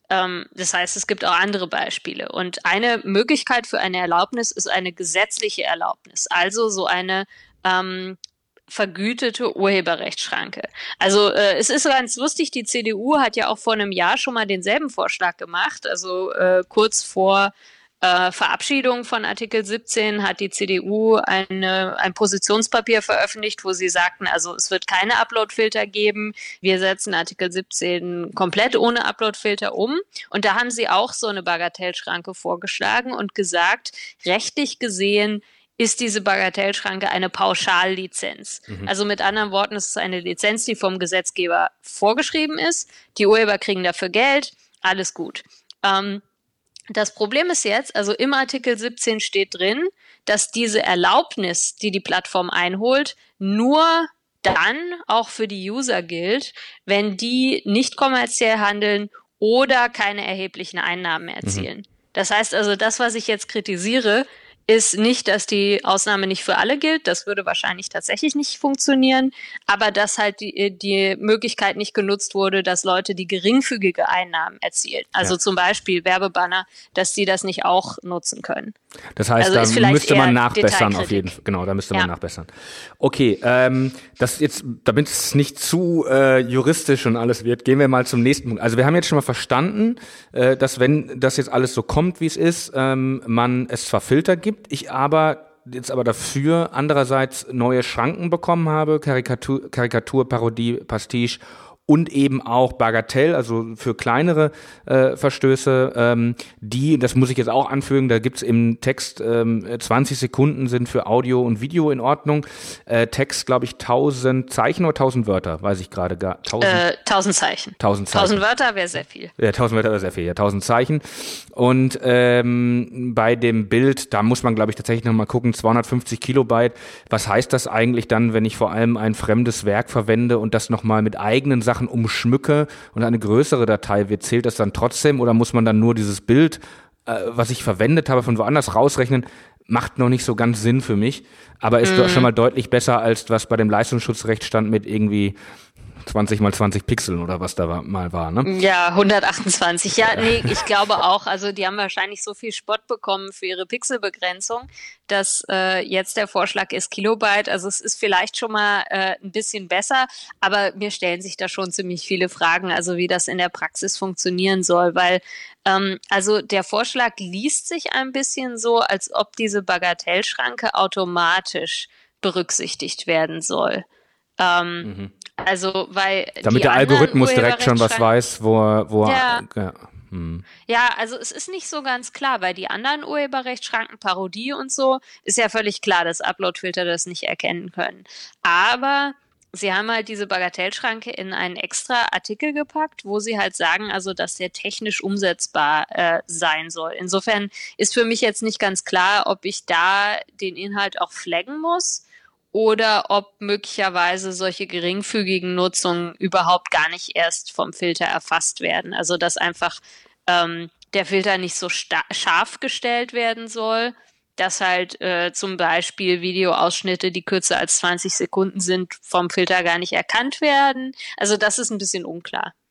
Das heißt, es gibt auch andere Beispiele. Und eine Möglichkeit für eine Erlaubnis ist eine gesetzliche Erlaubnis, also so eine ähm, vergütete Urheberrechtsschranke. Also äh, es ist ganz lustig, die C D U hat ja auch vor einem Jahr schon mal denselben Vorschlag gemacht, also äh, kurz vor Äh, Verabschiedung von Artikel siebzehn hat die C D U eine, ein Positionspapier veröffentlicht, wo sie sagten, also es wird keine Uploadfilter geben. Wir setzen Artikel siebzehn komplett ohne Uploadfilter um. Und da haben sie auch so eine Bagatellschranke vorgeschlagen und gesagt, rechtlich gesehen ist diese Bagatellschranke eine Pauschallizenz. Mhm. Also mit anderen Worten, es ist eine Lizenz, die vom Gesetzgeber vorgeschrieben ist. Die Urheber kriegen dafür Geld, alles gut. Ähm, Das Problem ist jetzt, also im Artikel siebzehn steht drin, dass diese Erlaubnis, die die Plattform einholt, nur dann auch für die User gilt, wenn die nicht kommerziell handeln oder keine erheblichen Einnahmen erzielen. Mhm. Das heißt also, das, was ich jetzt kritisiere, ist nicht, dass die Ausnahme nicht für alle gilt, das würde wahrscheinlich tatsächlich nicht funktionieren, aber dass halt die, die Möglichkeit nicht genutzt wurde, dass Leute die geringfügige Einnahmen erzielen. Also ja. zum Beispiel Werbebanner, dass die das nicht auch nutzen können. Das heißt, also da müsste man nachbessern auf jeden Fall. Genau, da müsste man ja. nachbessern. Okay, ähm, das jetzt, damit es nicht zu äh, juristisch und alles wird, gehen wir mal zum nächsten Punkt. Also wir haben jetzt schon mal verstanden, äh, dass wenn das jetzt alles so kommt, wie es ist, ähm, man es zwar Filter gibt, ich aber jetzt aber dafür andererseits neue Schranken bekommen habe, Karikatur, Karikatur Parodie, Pastiche und eben auch Bagatell, also für kleinere äh, Verstöße, ähm, die, das muss ich jetzt auch anfügen, da gibt's im Text ähm, zwanzig Sekunden sind für Audio und Video in Ordnung. Äh, Text, glaube ich, tausend Zeichen oder tausend Wörter, weiß ich gerade gar. tausend Äh, tausend Zeichen. tausend Zeichen. tausend Wörter wäre sehr viel. Ja, tausend Wörter wäre sehr viel, ja, tausend Zeichen. Und ähm, bei dem Bild, da muss man, glaube ich, tatsächlich nochmal gucken, zweihundertfünfzig Kilobyte. Was heißt das eigentlich dann, wenn ich vor allem ein fremdes Werk verwende und das nochmal mit eigenen Sachen umschmücke und eine größere Datei wird, zählt das dann trotzdem oder muss man dann nur dieses Bild, äh, was ich verwendet habe, von woanders rausrechnen? Macht noch nicht so ganz Sinn für mich, aber ist mm. schon mal deutlich besser, als was bei dem Leistungsschutzrecht stand mit irgendwie zwanzig mal zwanzig Pixeln oder was da war, mal war, ne? Ja, hundertachtundzwanzig. Ja, nee, ich glaube auch, also die haben wahrscheinlich so viel Spott bekommen für ihre Pixelbegrenzung, dass äh, jetzt der Vorschlag ist Kilobyte. Also es ist vielleicht schon mal äh, ein bisschen besser, aber mir stellen sich da schon ziemlich viele Fragen, also wie das in der Praxis funktionieren soll, weil ähm, also der Vorschlag liest sich ein bisschen so, als ob diese Bagatellschranke automatisch berücksichtigt werden soll. Ähm, mhm. Also, weil damit der Algorithmus direkt schon was weiß, wo er, wo ja. er, ja. Hm. Ja, also es ist nicht so ganz klar, weil die anderen Urheberrechtsschranken, Parodie und so, ist ja völlig klar, dass Uploadfilter das nicht erkennen können. Aber sie haben halt diese Bagatellschranke in einen extra Artikel gepackt, wo sie halt sagen, also dass der technisch umsetzbar äh, sein soll. Insofern ist für mich jetzt nicht ganz klar, ob ich da den Inhalt auch flaggen muss oder ob möglicherweise solche geringfügigen Nutzungen überhaupt gar nicht erst vom Filter erfasst werden. Also dass einfach ähm, der Filter nicht so sta- scharf gestellt werden soll, dass halt äh, zum Beispiel Videoausschnitte, die kürzer als zwanzig Sekunden sind, vom Filter gar nicht erkannt werden. Also das ist ein bisschen unklar.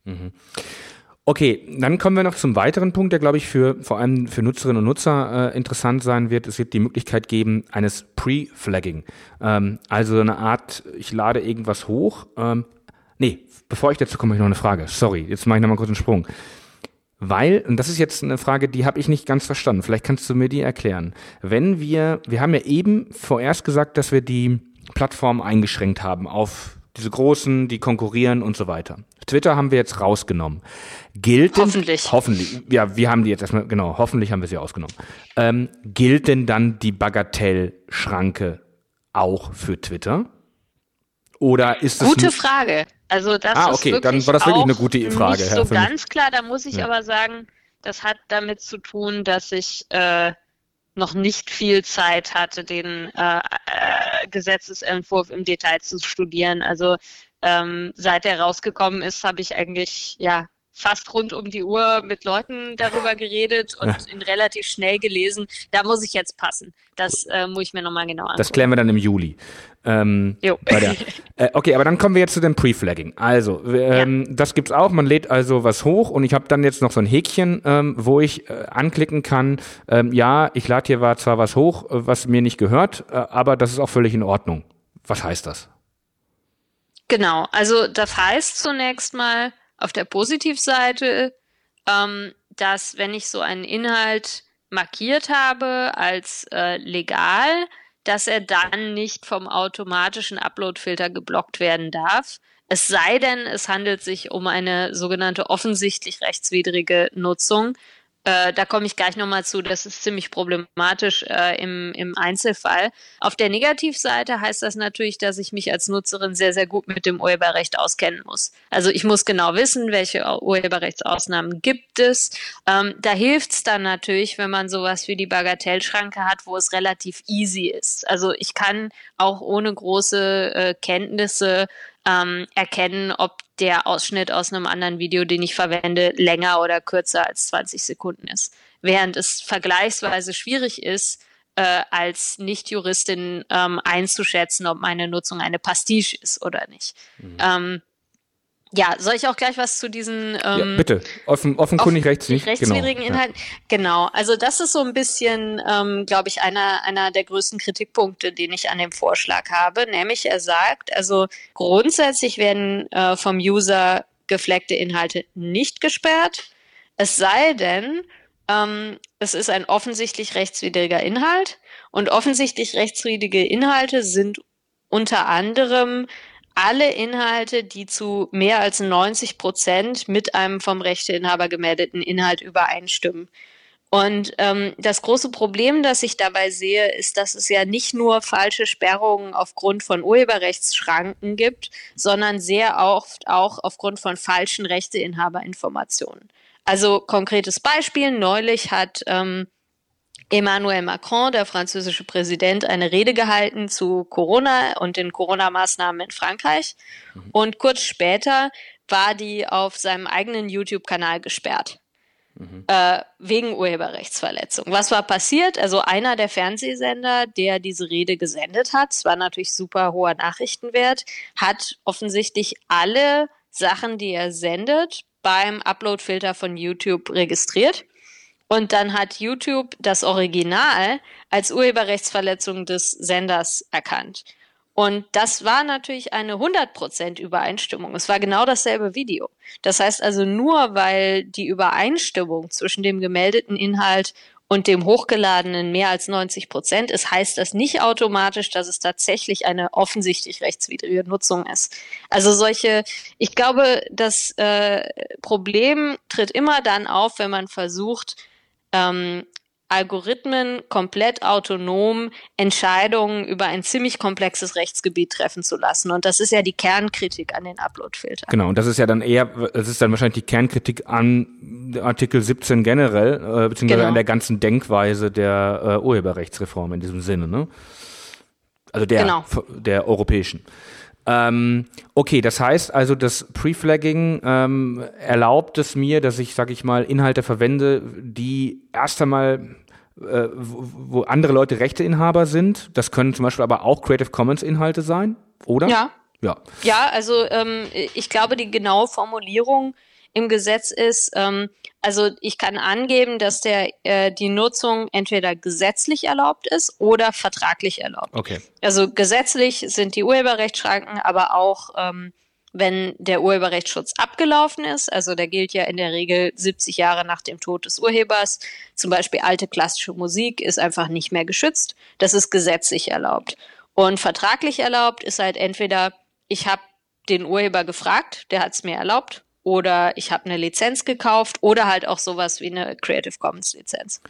Mhm. Okay, dann kommen wir noch zum weiteren Punkt, der, glaube ich, für vor allem für Nutzerinnen und Nutzer äh, interessant sein wird. Es wird die Möglichkeit geben eines Pre-Flagging. Ähm, also eine Art, ich lade irgendwas hoch. Ähm, nee, bevor ich dazu komme, habe ich noch eine Frage. Sorry, jetzt mache ich nochmal kurz einen Sprung. Weil, und das ist jetzt eine Frage, die habe ich nicht ganz verstanden. Vielleicht kannst du mir die erklären. Wenn wir, wir haben ja eben vorerst gesagt, dass wir die Plattform eingeschränkt haben auf diese Großen, die konkurrieren und so weiter. Twitter haben wir jetzt rausgenommen. Gilt denn, hoffentlich. Hoffentlich. Ja, wir haben die jetzt erstmal, genau, hoffentlich haben wir sie ausgenommen. Ähm, gilt denn dann die Bagatellschranke auch für Twitter? Oder ist das Gute Frage. Also das ah, ist okay, wirklich dann war das wirklich auch eine gute Frage. nicht Ja, so ganz klar. Da muss ich ja. aber sagen, das hat damit zu tun, dass ich äh, noch nicht viel Zeit hatte, den äh, äh, Gesetzesentwurf im Detail zu studieren. Also ähm, seit er rausgekommen ist, habe ich eigentlich ja fast rund um die Uhr mit Leuten darüber geredet und Ja. ihn relativ schnell gelesen. Da muss ich jetzt passen. Das äh, muss ich mir nochmal genau anschauen. Das klären wir dann im Juli. Ähm, Jo. bei der, äh, okay, aber dann kommen wir jetzt zu dem Pre-Flagging. Also, ähm, ja. das gibt's auch. Man lädt also was hoch und ich habe dann jetzt noch so ein Häkchen, ähm, wo ich äh, anklicken kann, ähm, ja, ich lade hier zwar was hoch, äh, was mir nicht gehört, äh, aber das ist auch völlig in Ordnung. Was heißt das? Genau, also das heißt zunächst mal auf der Positivseite, ähm, dass wenn ich so einen Inhalt markiert habe als äh, legal, dass er dann nicht vom automatischen Upload-Filter geblockt werden darf. Es sei denn, es handelt sich um eine sogenannte offensichtlich rechtswidrige Nutzung. Äh, da komme ich gleich nochmal zu, das ist ziemlich problematisch äh, im, im Einzelfall. Auf der Negativseite heißt das natürlich, dass ich mich als Nutzerin sehr, sehr gut mit dem Urheberrecht auskennen muss. Also ich muss genau wissen, welche Urheberrechtsausnahmen gibt es. Ähm, da hilft es dann natürlich, wenn man sowas wie die Bagatellschranke hat, wo es relativ easy ist. Also ich kann auch ohne große äh, Kenntnisse ähm, erkennen, ob der Ausschnitt aus einem anderen Video, den ich verwende, länger oder kürzer als zwanzig Sekunden ist. Während es vergleichsweise schwierig ist, äh, als Nicht-Juristin ähm, einzuschätzen, ob meine Nutzung eine Pastiche ist oder nicht. Mhm. Ähm, ja, soll ich auch gleich was zu diesen ähm, ja, bitte, Offen, offenkundig rechts nicht. rechtswidrigen genau. Inhalten? Ja. Genau, also das ist so ein bisschen, ähm, glaube ich, einer, einer der größten Kritikpunkte, den ich an dem Vorschlag habe. Nämlich er sagt, also grundsätzlich werden äh, vom User gefleckte Inhalte nicht gesperrt, es sei denn, ähm, es ist ein offensichtlich rechtswidriger Inhalt und offensichtlich rechtswidrige Inhalte sind unter anderem alle Inhalte, die zu mehr als neunzig Prozent mit einem vom Rechteinhaber gemeldeten Inhalt übereinstimmen. Und ähm, das große Problem, das ich dabei sehe, ist, dass es ja nicht nur falsche Sperrungen aufgrund von Urheberrechtsschranken gibt, sondern sehr oft auch aufgrund von falschen Rechteinhaberinformationen. Also konkretes Beispiel, neulich hat ähm, Emmanuel Macron, der französische Präsident, eine Rede gehalten zu Corona und den Corona-Maßnahmen in Frankreich. Mhm. Und kurz später war die auf seinem eigenen YouTube-Kanal gesperrt. Mhm. Äh, wegen Urheberrechtsverletzung. Was war passiert? Also einer der Fernsehsender, der diese Rede gesendet hat, es war natürlich super hoher Nachrichtenwert, hat offensichtlich alle Sachen, die er sendet, beim Upload-Filter von YouTube registriert. Und dann hat YouTube das Original als Urheberrechtsverletzung des Senders erkannt. Und das war natürlich eine hundert Prozent Übereinstimmung. Es war genau dasselbe Video. Das heißt also, nur weil die Übereinstimmung zwischen dem gemeldeten Inhalt und dem hochgeladenen mehr als neunzig Prozent ist, heißt das nicht automatisch, dass es tatsächlich eine offensichtlich rechtswidrige Nutzung ist. Also solche, ich glaube, das äh, Problem tritt immer dann auf, wenn man versucht, Ähm, Algorithmen komplett autonom Entscheidungen über ein ziemlich komplexes Rechtsgebiet treffen zu lassen. Und das ist ja die Kernkritik an den Upload-Filtern. Genau, und das ist ja dann eher, das ist dann wahrscheinlich die Kernkritik an Artikel siebzehn generell, äh, beziehungsweise genau. an der ganzen Denkweise der äh, Urheberrechtsreform in diesem Sinne, ne? Also der, genau. der europäischen. Ähm, okay, das heißt also, das Pre-Flagging ähm, erlaubt es mir, dass ich, sag ich mal, Inhalte verwende, die erst einmal, äh, wo, wo andere Leute Rechteinhaber sind. Das können zum Beispiel aber auch Creative Commons Inhalte sein, oder? Ja. Ja, ja also ähm, ich glaube, die genaue Formulierung im Gesetz ist, ähm, also ich kann angeben, dass der äh, die Nutzung entweder gesetzlich erlaubt ist oder vertraglich erlaubt. Okay. Also gesetzlich sind die Urheberrechtsschranken, aber auch ähm, wenn der Urheberrechtsschutz abgelaufen ist, also der gilt ja in der Regel siebzig Jahre nach dem Tod des Urhebers, zum Beispiel alte klassische Musik ist einfach nicht mehr geschützt, das ist gesetzlich erlaubt. Und vertraglich erlaubt ist halt entweder, ich habe den Urheber gefragt, der hat es mir erlaubt, oder ich habe eine Lizenz gekauft oder halt auch sowas wie eine Creative Commons Lizenz.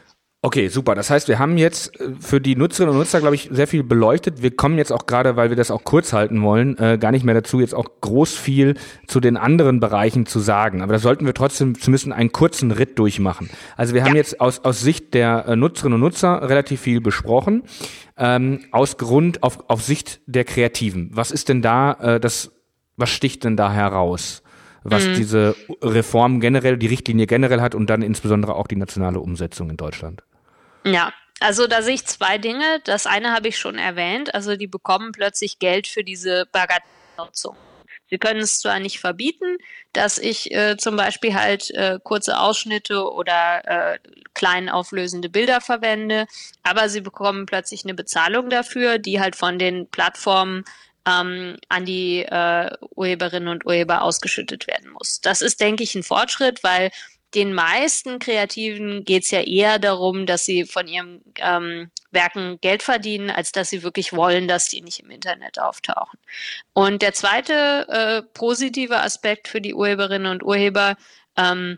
Okay, super. Das heißt, wir haben jetzt für die Nutzerinnen und Nutzer, glaube ich, sehr viel beleuchtet. Wir kommen jetzt auch gerade, weil wir das auch kurz halten wollen, äh, gar nicht mehr dazu, jetzt auch groß viel zu den anderen Bereichen zu sagen. Aber da sollten wir trotzdem zumindest einen kurzen Ritt durchmachen. Also wir haben ja. jetzt aus, aus Sicht der äh, Nutzerinnen und Nutzer relativ viel besprochen. Ähm, aus Grund, auf, auf Sicht der Kreativen. Was ist denn da, äh, das, was sticht denn da heraus? Was mhm. diese Reform generell, die Richtlinie generell hat und dann insbesondere auch die nationale Umsetzung in Deutschland? Ja, also da sehe ich zwei Dinge. Das eine habe ich schon erwähnt, also die bekommen plötzlich Geld für diese Bagatellnutzung. Sie können es zwar nicht verbieten, dass ich äh, zum Beispiel halt äh, kurze Ausschnitte oder äh, klein auflösende Bilder verwende, aber sie bekommen plötzlich eine Bezahlung dafür, die halt von den Plattformen ähm, an die äh, Urheberinnen und Urheber ausgeschüttet werden muss. Das ist, denke ich, ein Fortschritt, weil den meisten Kreativen geht's ja eher darum, dass sie von ihren ähm, Werken Geld verdienen, als dass sie wirklich wollen, dass die nicht im Internet auftauchen. Und der zweite äh, positive Aspekt für die Urheberinnen und Urheber ähm,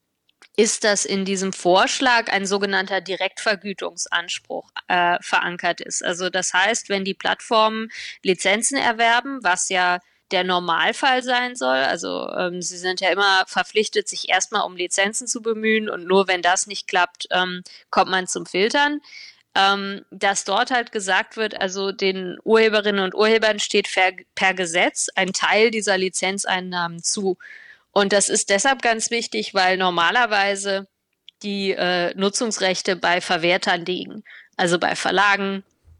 ist, dass in diesem Vorschlag ein sogenannter Direktvergütungsanspruch äh, verankert ist. Also das heißt, wenn die Plattformen Lizenzen erwerben, was ja der Normalfall sein soll. Also ähm, sie sind ja immer verpflichtet, sich erstmal um Lizenzen zu bemühen und nur wenn das nicht klappt, ähm, kommt man zum Filtern. Ähm, dass dort halt gesagt wird, also den Urheberinnen und Urhebern steht per, per Gesetz ein Teil dieser Lizenzeinnahmen zu. Und das ist deshalb ganz wichtig, weil normalerweise die äh, Nutzungsrechte bei Verwertern liegen, also bei Verlagen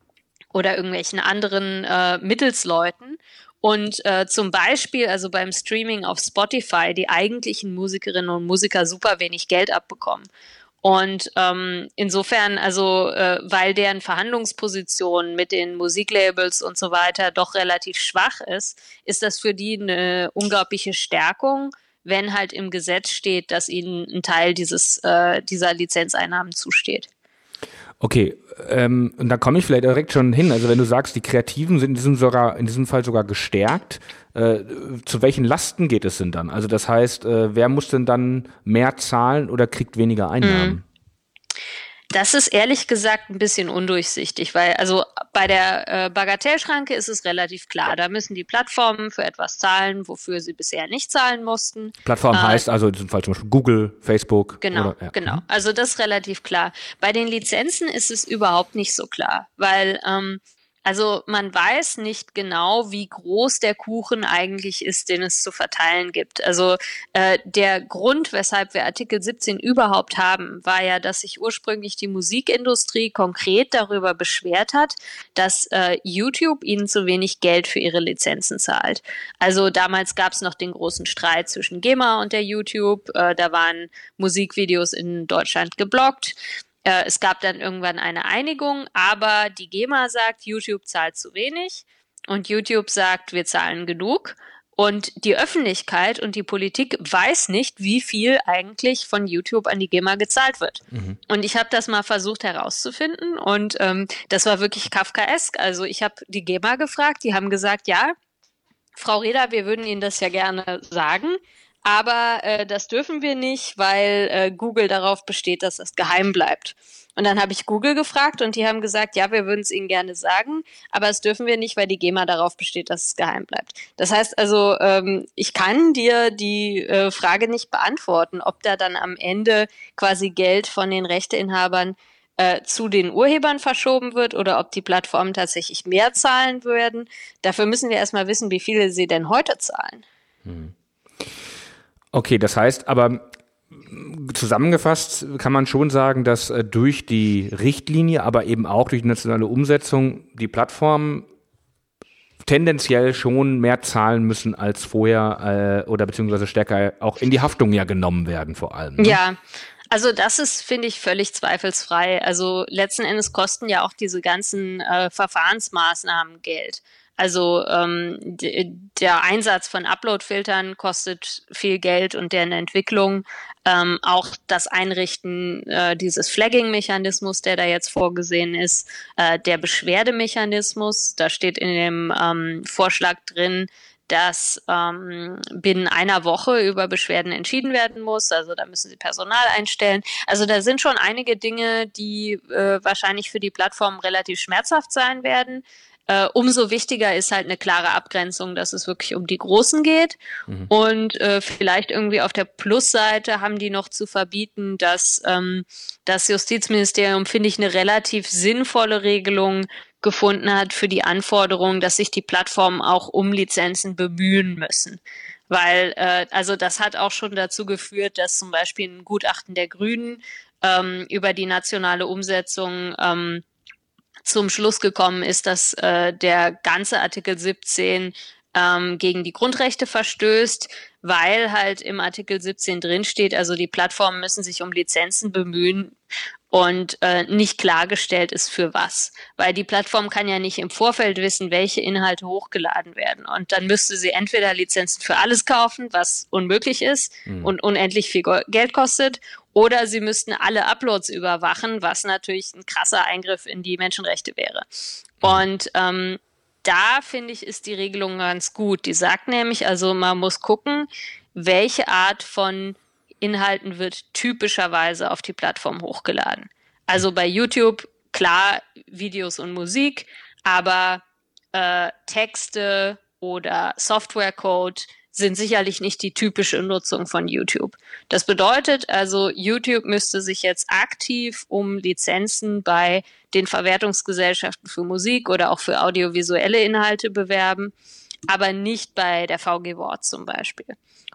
oder irgendwelchen anderen äh, Mittelsleuten. Und äh, zum Beispiel, also beim Streaming auf Spotify, die eigentlichen Musikerinnen und Musiker super wenig Geld abbekommen. Und ähm, insofern, also äh, weil deren Verhandlungsposition mit den Musiklabels und so weiter doch relativ schwach ist, ist das für die eine unglaubliche Stärkung, wenn halt im Gesetz steht, dass ihnen ein Teil dieses äh, dieser Lizenzeinnahmen zusteht. Okay, ähm, und da komme ich vielleicht direkt schon hin. Also wenn du sagst, die Kreativen sind in diesem, sogar, in diesem Fall sogar gestärkt, äh, zu welchen Lasten geht es denn dann? Also das heißt, äh, wer muss denn dann mehr zahlen oder kriegt weniger Einnahmen? Mhm. Das ist ehrlich gesagt ein bisschen undurchsichtig, weil also bei der äh, Bagatellschranke ist es relativ klar. Da müssen die Plattformen für etwas zahlen, wofür sie bisher nicht zahlen mussten. Plattform äh, heißt also in diesem Fall zum Beispiel Google, Facebook. Genau, oder, ja. genau. Also das ist relativ klar. Bei den Lizenzen ist es überhaupt nicht so klar, weil ähm, also man weiß nicht genau, wie groß der Kuchen eigentlich ist, den es zu verteilen gibt. Also äh, der Grund, weshalb wir Artikel siebzehn überhaupt haben, war ja, dass sich ursprünglich die Musikindustrie konkret darüber beschwert hat, dass äh, YouTube ihnen zu wenig Geld für ihre Lizenzen zahlt. Also damals gab es noch den großen Streit zwischen GEMA und der YouTube. Äh, da waren Musikvideos in Deutschland geblockt. Es gab dann irgendwann eine Einigung, aber die GEMA sagt, YouTube zahlt zu wenig und YouTube sagt, wir zahlen genug. Und die Öffentlichkeit und die Politik weiß nicht, wie viel eigentlich von YouTube an die GEMA gezahlt wird. Mhm. Und ich habe das mal versucht herauszufinden und ähm, das war wirklich kafkaesk. Also ich habe die GEMA gefragt, die haben gesagt, ja, Frau Reda, wir würden Ihnen das ja gerne sagen. Aber äh, das dürfen wir nicht, weil äh, Google darauf besteht, dass das geheim bleibt. Und dann habe ich Google gefragt und die haben gesagt, ja, wir würden es Ihnen gerne sagen, aber das dürfen wir nicht, weil die GEMA darauf besteht, dass es geheim bleibt. Das heißt also, ähm, ich kann dir die äh, Frage nicht beantworten, ob da dann am Ende quasi Geld von den Rechteinhabern äh, zu den Urhebern verschoben wird oder ob die Plattformen tatsächlich mehr zahlen werden. Dafür müssen wir erstmal wissen, wie viele sie denn heute zahlen. Hm. Okay, das heißt aber, zusammengefasst kann man schon sagen, dass äh, durch die Richtlinie, aber eben auch durch die nationale Umsetzung die Plattformen tendenziell schon mehr zahlen müssen als vorher äh, oder beziehungsweise stärker auch in die Haftung ja genommen werden vor allem. Ne? Ja, also das ist, finde ich, völlig zweifelsfrei. Also letzten Endes kosten ja auch diese ganzen äh, Verfahrensmaßnahmen Geld. Also ähm, d- der Einsatz von Upload-Filtern kostet viel Geld und deren Entwicklung. Ähm, auch das Einrichten äh, dieses Flagging-Mechanismus, der da jetzt vorgesehen ist, äh, der Beschwerdemechanismus, da steht in dem ähm, Vorschlag drin, dass ähm, binnen einer Woche über Beschwerden entschieden werden muss. Also da müssen sie Personal einstellen. Also da sind schon einige Dinge, die äh, wahrscheinlich für die Plattformen relativ schmerzhaft sein werden. Äh, umso wichtiger ist halt eine klare Abgrenzung, dass es wirklich um die Großen geht. Mhm. Und äh, vielleicht irgendwie auf der Plusseite haben die noch zu verbieten, dass ähm, das Justizministerium, finde ich, eine relativ sinnvolle Regelung gefunden hat für die Anforderung, dass sich die Plattformen auch um Lizenzen bemühen müssen. Weil, äh, also das hat auch schon dazu geführt, dass zum Beispiel ein Gutachten der Grünen ähm, über die nationale Umsetzung ähm, zum Schluss gekommen ist, dass äh, der ganze Artikel siebzehn ähm, gegen die Grundrechte verstößt, weil halt im Artikel siebzehn drinsteht, also die Plattformen müssen sich um Lizenzen bemühen und äh, nicht klargestellt ist für was. Weil die Plattform kann ja nicht im Vorfeld wissen, welche Inhalte hochgeladen werden. Und dann müsste sie entweder Lizenzen für alles kaufen, was unmöglich ist mhm. und unendlich viel Geld kostet, oder sie müssten alle Uploads überwachen, was natürlich ein krasser Eingriff in die Menschenrechte wäre. Mhm. Und ähm, da, finde ich, ist die Regelung ganz gut. Die sagt nämlich, also man muss gucken, welche Art von Inhalten wird typischerweise auf die Plattform hochgeladen. Also bei YouTube, klar, Videos und Musik, aber äh, Texte oder Softwarecode sind sicherlich nicht die typische Nutzung von YouTube. Das bedeutet also, YouTube müsste sich jetzt aktiv um Lizenzen bei den Verwertungsgesellschaften für Musik oder auch für audiovisuelle Inhalte bewerben, aber nicht bei der V G Wort zum Beispiel.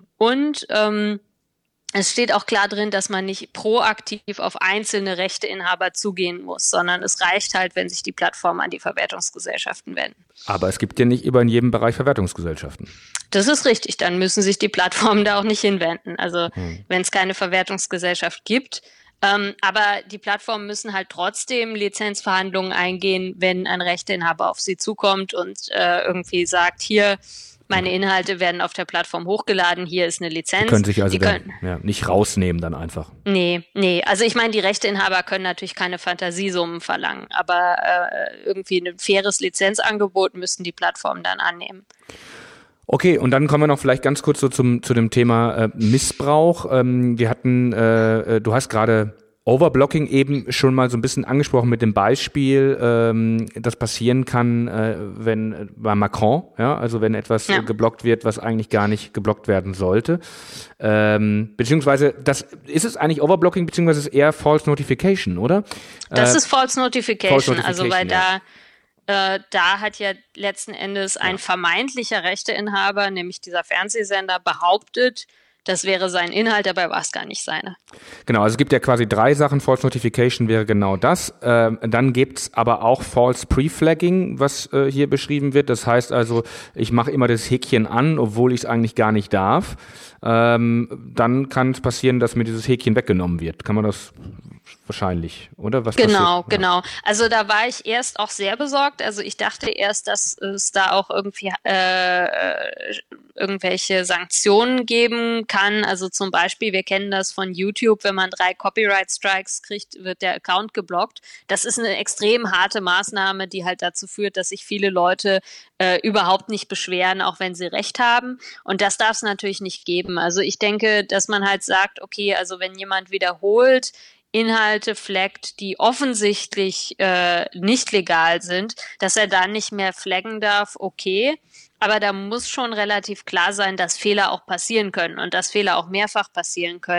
Und ähm, es steht auch klar drin, dass man nicht proaktiv auf einzelne Rechteinhaber zugehen muss, sondern es reicht halt, wenn sich die Plattformen an die Verwertungsgesellschaften wenden. Aber es gibt ja nicht über in jedem Bereich Verwertungsgesellschaften. Das ist richtig, dann müssen sich die Plattformen da auch nicht hinwenden. Also hm. wenn es keine Verwertungsgesellschaft gibt, ähm, aber die Plattformen müssen halt trotzdem Lizenzverhandlungen eingehen, wenn ein Rechteinhaber auf sie zukommt und äh, irgendwie sagt, hier, meine Inhalte werden auf der Plattform hochgeladen, hier ist eine Lizenz. Die können sich also die können, dann, ja, nicht rausnehmen dann einfach. Nee, nee. Also ich meine, die Rechteinhaber können natürlich keine Fantasiesummen verlangen, aber äh, irgendwie ein faires Lizenzangebot müssen die Plattformen dann annehmen. Okay, und dann kommen wir noch vielleicht ganz kurz so zum zu dem Thema äh, Missbrauch. Ähm, wir hatten, äh, du hast gerade Overblocking eben schon mal so ein bisschen angesprochen mit dem Beispiel, ähm, das passieren kann, äh, wenn äh, bei Macron, ja, also wenn etwas ja. äh, geblockt wird, was eigentlich gar nicht geblockt werden sollte. Ähm, beziehungsweise, das ist es eigentlich Overblocking, beziehungsweise ist es eher False Notification, oder? Das äh, ist False Notification, False Notification, also weil ja. da äh, da hat ja letzten Endes ein ja. vermeintlicher Rechteinhaber, nämlich dieser Fernsehsender, behauptet, das wäre sein Inhalt, dabei war es gar nicht seine. Genau, also es gibt ja quasi drei Sachen. False Notification wäre genau das. Ähm, dann gibt's aber auch False Preflagging, was äh, hier beschrieben wird. Das heißt also, ich mache immer das Häkchen an, obwohl ich es eigentlich gar nicht darf. Ähm, dann kann es passieren, dass mir dieses Häkchen weggenommen wird. Kann man das wahrscheinlich, oder? Was genau, passiert? genau. Also da war ich erst auch sehr besorgt. Also ich dachte erst, dass es da auch irgendwie äh, irgendwelche Sanktionen geben kann. Also zum Beispiel, wir kennen das von YouTube, wenn man drei Copyright Strikes kriegt, wird der Account geblockt. Das ist eine extrem harte Maßnahme, die halt dazu führt, dass sich viele Leute äh, überhaupt nicht beschweren, auch wenn sie Recht haben. Und das darf es natürlich nicht geben. Also ich denke, dass man halt sagt, okay, also wenn jemand wiederholt Inhalte flaggt, die offensichtlich äh, nicht legal sind, dass er dann nicht mehr flaggen darf, okay. Aber da muss schon relativ klar sein, dass Fehler auch passieren können und dass Fehler auch mehrfach passieren können.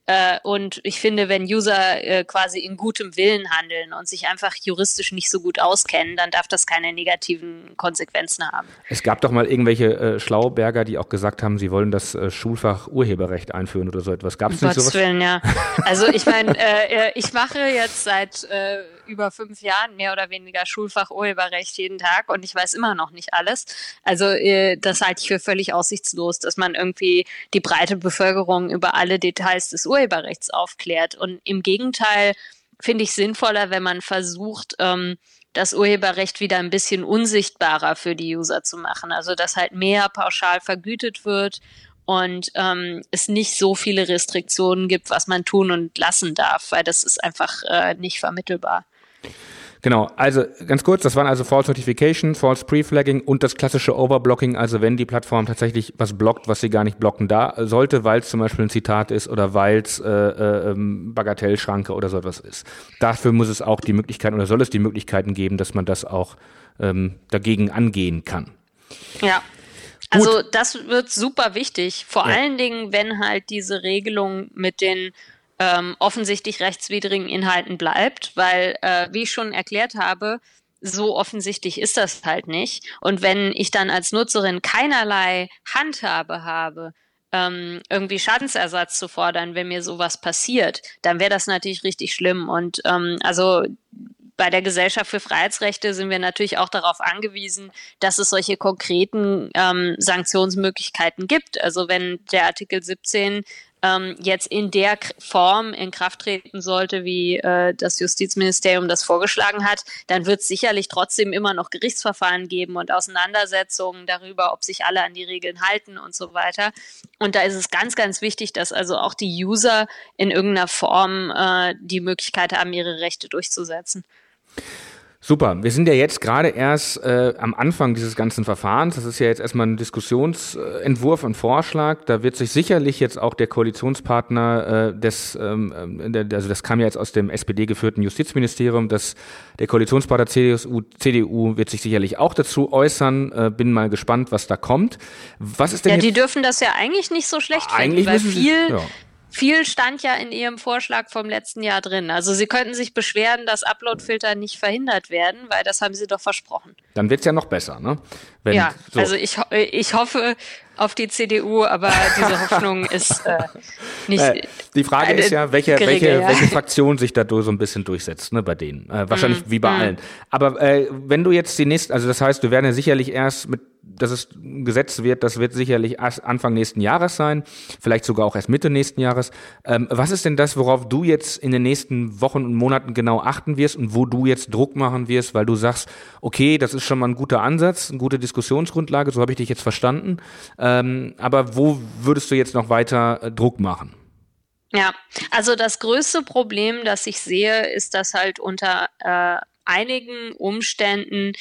Äh, und ich finde, wenn User äh, quasi in gutem Willen handeln und sich einfach juristisch nicht so gut auskennen, dann darf das keine negativen Konsequenzen haben. Es gab doch mal irgendwelche äh, Schlauberger, die auch gesagt haben, sie wollen das äh, Schulfach Urheberrecht einführen oder so etwas. Gab es nicht sowas? Willen, ja. Also ich meine, äh, ich mache jetzt seit äh, über fünf Jahren mehr oder weniger Schulfach Urheberrecht jeden Tag und ich weiß immer noch nicht alles. Also äh, das halte ich für völlig aussichtslos, dass man irgendwie die breite Bevölkerung über alle Details des Urheberrechts aufklärt. Und im Gegenteil finde ich sinnvoller, wenn man versucht, ähm, das Urheberrecht wieder ein bisschen unsichtbarer für die User zu machen. Also dass halt mehr pauschal vergütet wird und ähm, es nicht so viele Restriktionen gibt, was man tun und lassen darf, weil das ist einfach äh, nicht vermittelbar. Genau, also ganz kurz, das waren also False Notification, False Preflagging und das klassische Overblocking, also wenn die Plattform tatsächlich was blockt, was sie gar nicht blocken da sollte, weil es zum Beispiel ein Zitat ist oder weil es äh, äh, Bagatellschranke oder so etwas ist. Dafür muss es auch die Möglichkeiten oder soll es die Möglichkeiten geben, dass man das auch ähm, dagegen angehen kann. Ja. Gut. Also das wird super wichtig, vor ja. allen Dingen, wenn halt diese Regelung mit den Ähm, offensichtlich rechtswidrigen Inhalten bleibt, weil, äh, wie ich schon erklärt habe, so offensichtlich ist das halt nicht. Und wenn ich dann als Nutzerin keinerlei Handhabe habe, ähm, irgendwie Schadensersatz zu fordern, wenn mir sowas passiert, dann wäre das natürlich richtig schlimm. Und ähm, also bei der Gesellschaft für Freiheitsrechte sind wir natürlich auch darauf angewiesen, dass es solche konkreten ähm, Sanktionsmöglichkeiten gibt. Also wenn der Artikel siebzehn ähm, jetzt in der Form in Kraft treten sollte, wie äh, das Justizministerium das vorgeschlagen hat, dann wird es sicherlich trotzdem immer noch Gerichtsverfahren geben und Auseinandersetzungen darüber, ob sich alle an die Regeln halten und so weiter. Und da ist es ganz, ganz wichtig, dass also auch die User in irgendeiner Form äh, die Möglichkeit haben, ihre Rechte durchzusetzen. Super. Wir sind ja jetzt gerade erst äh, am Anfang dieses ganzen Verfahrens. Das ist ja jetzt erstmal ein Diskussionsentwurf, ein Vorschlag. Da wird sich sicherlich jetzt auch der Koalitionspartner äh, des, ähm, der, also das kam ja jetzt aus dem S P D geführten Justizministerium, dass der Koalitionspartner C D U, C D U wird sich sicherlich auch dazu äußern. Äh, bin mal gespannt, was da kommt. Was ist denn ja, jetzt? Die dürfen das ja eigentlich nicht so schlecht eigentlich finden, weil viel... Sie, ja. Viel stand ja in Ihrem Vorschlag vom letzten Jahr drin. Also Sie könnten sich beschweren, dass Uploadfilter nicht verhindert werden, weil das haben Sie doch versprochen. Dann wird's ja noch besser, ne? Wenn, ja, so. also ich, ich hoffe auf die C D U, aber diese Hoffnung ist äh, nicht... Äh, die Frage äh, ist ja, welche, geringe, welche, ja. welche Fraktion sich da so ein bisschen durchsetzt, ne, bei denen. Äh, wahrscheinlich mm, wie bei mm. allen. Aber äh, wenn du jetzt die nächsten, also das heißt, wir werden ja sicherlich erst mit, dass es gesetzt wird, das wird sicherlich erst Anfang nächsten Jahres sein, vielleicht sogar auch erst Mitte nächsten Jahres. Ähm, was ist denn das, worauf du jetzt in den nächsten Wochen und Monaten genau achten wirst und wo du jetzt Druck machen wirst, weil du sagst, okay, das ist schon mal ein guter Ansatz, eine gute Diskussionsgrundlage, so habe ich dich jetzt verstanden. Ähm, aber wo würdest du jetzt noch weiter äh, Druck machen? Ja, also das größte Problem, das ich sehe, ist, dass halt unter äh, einigen Umständen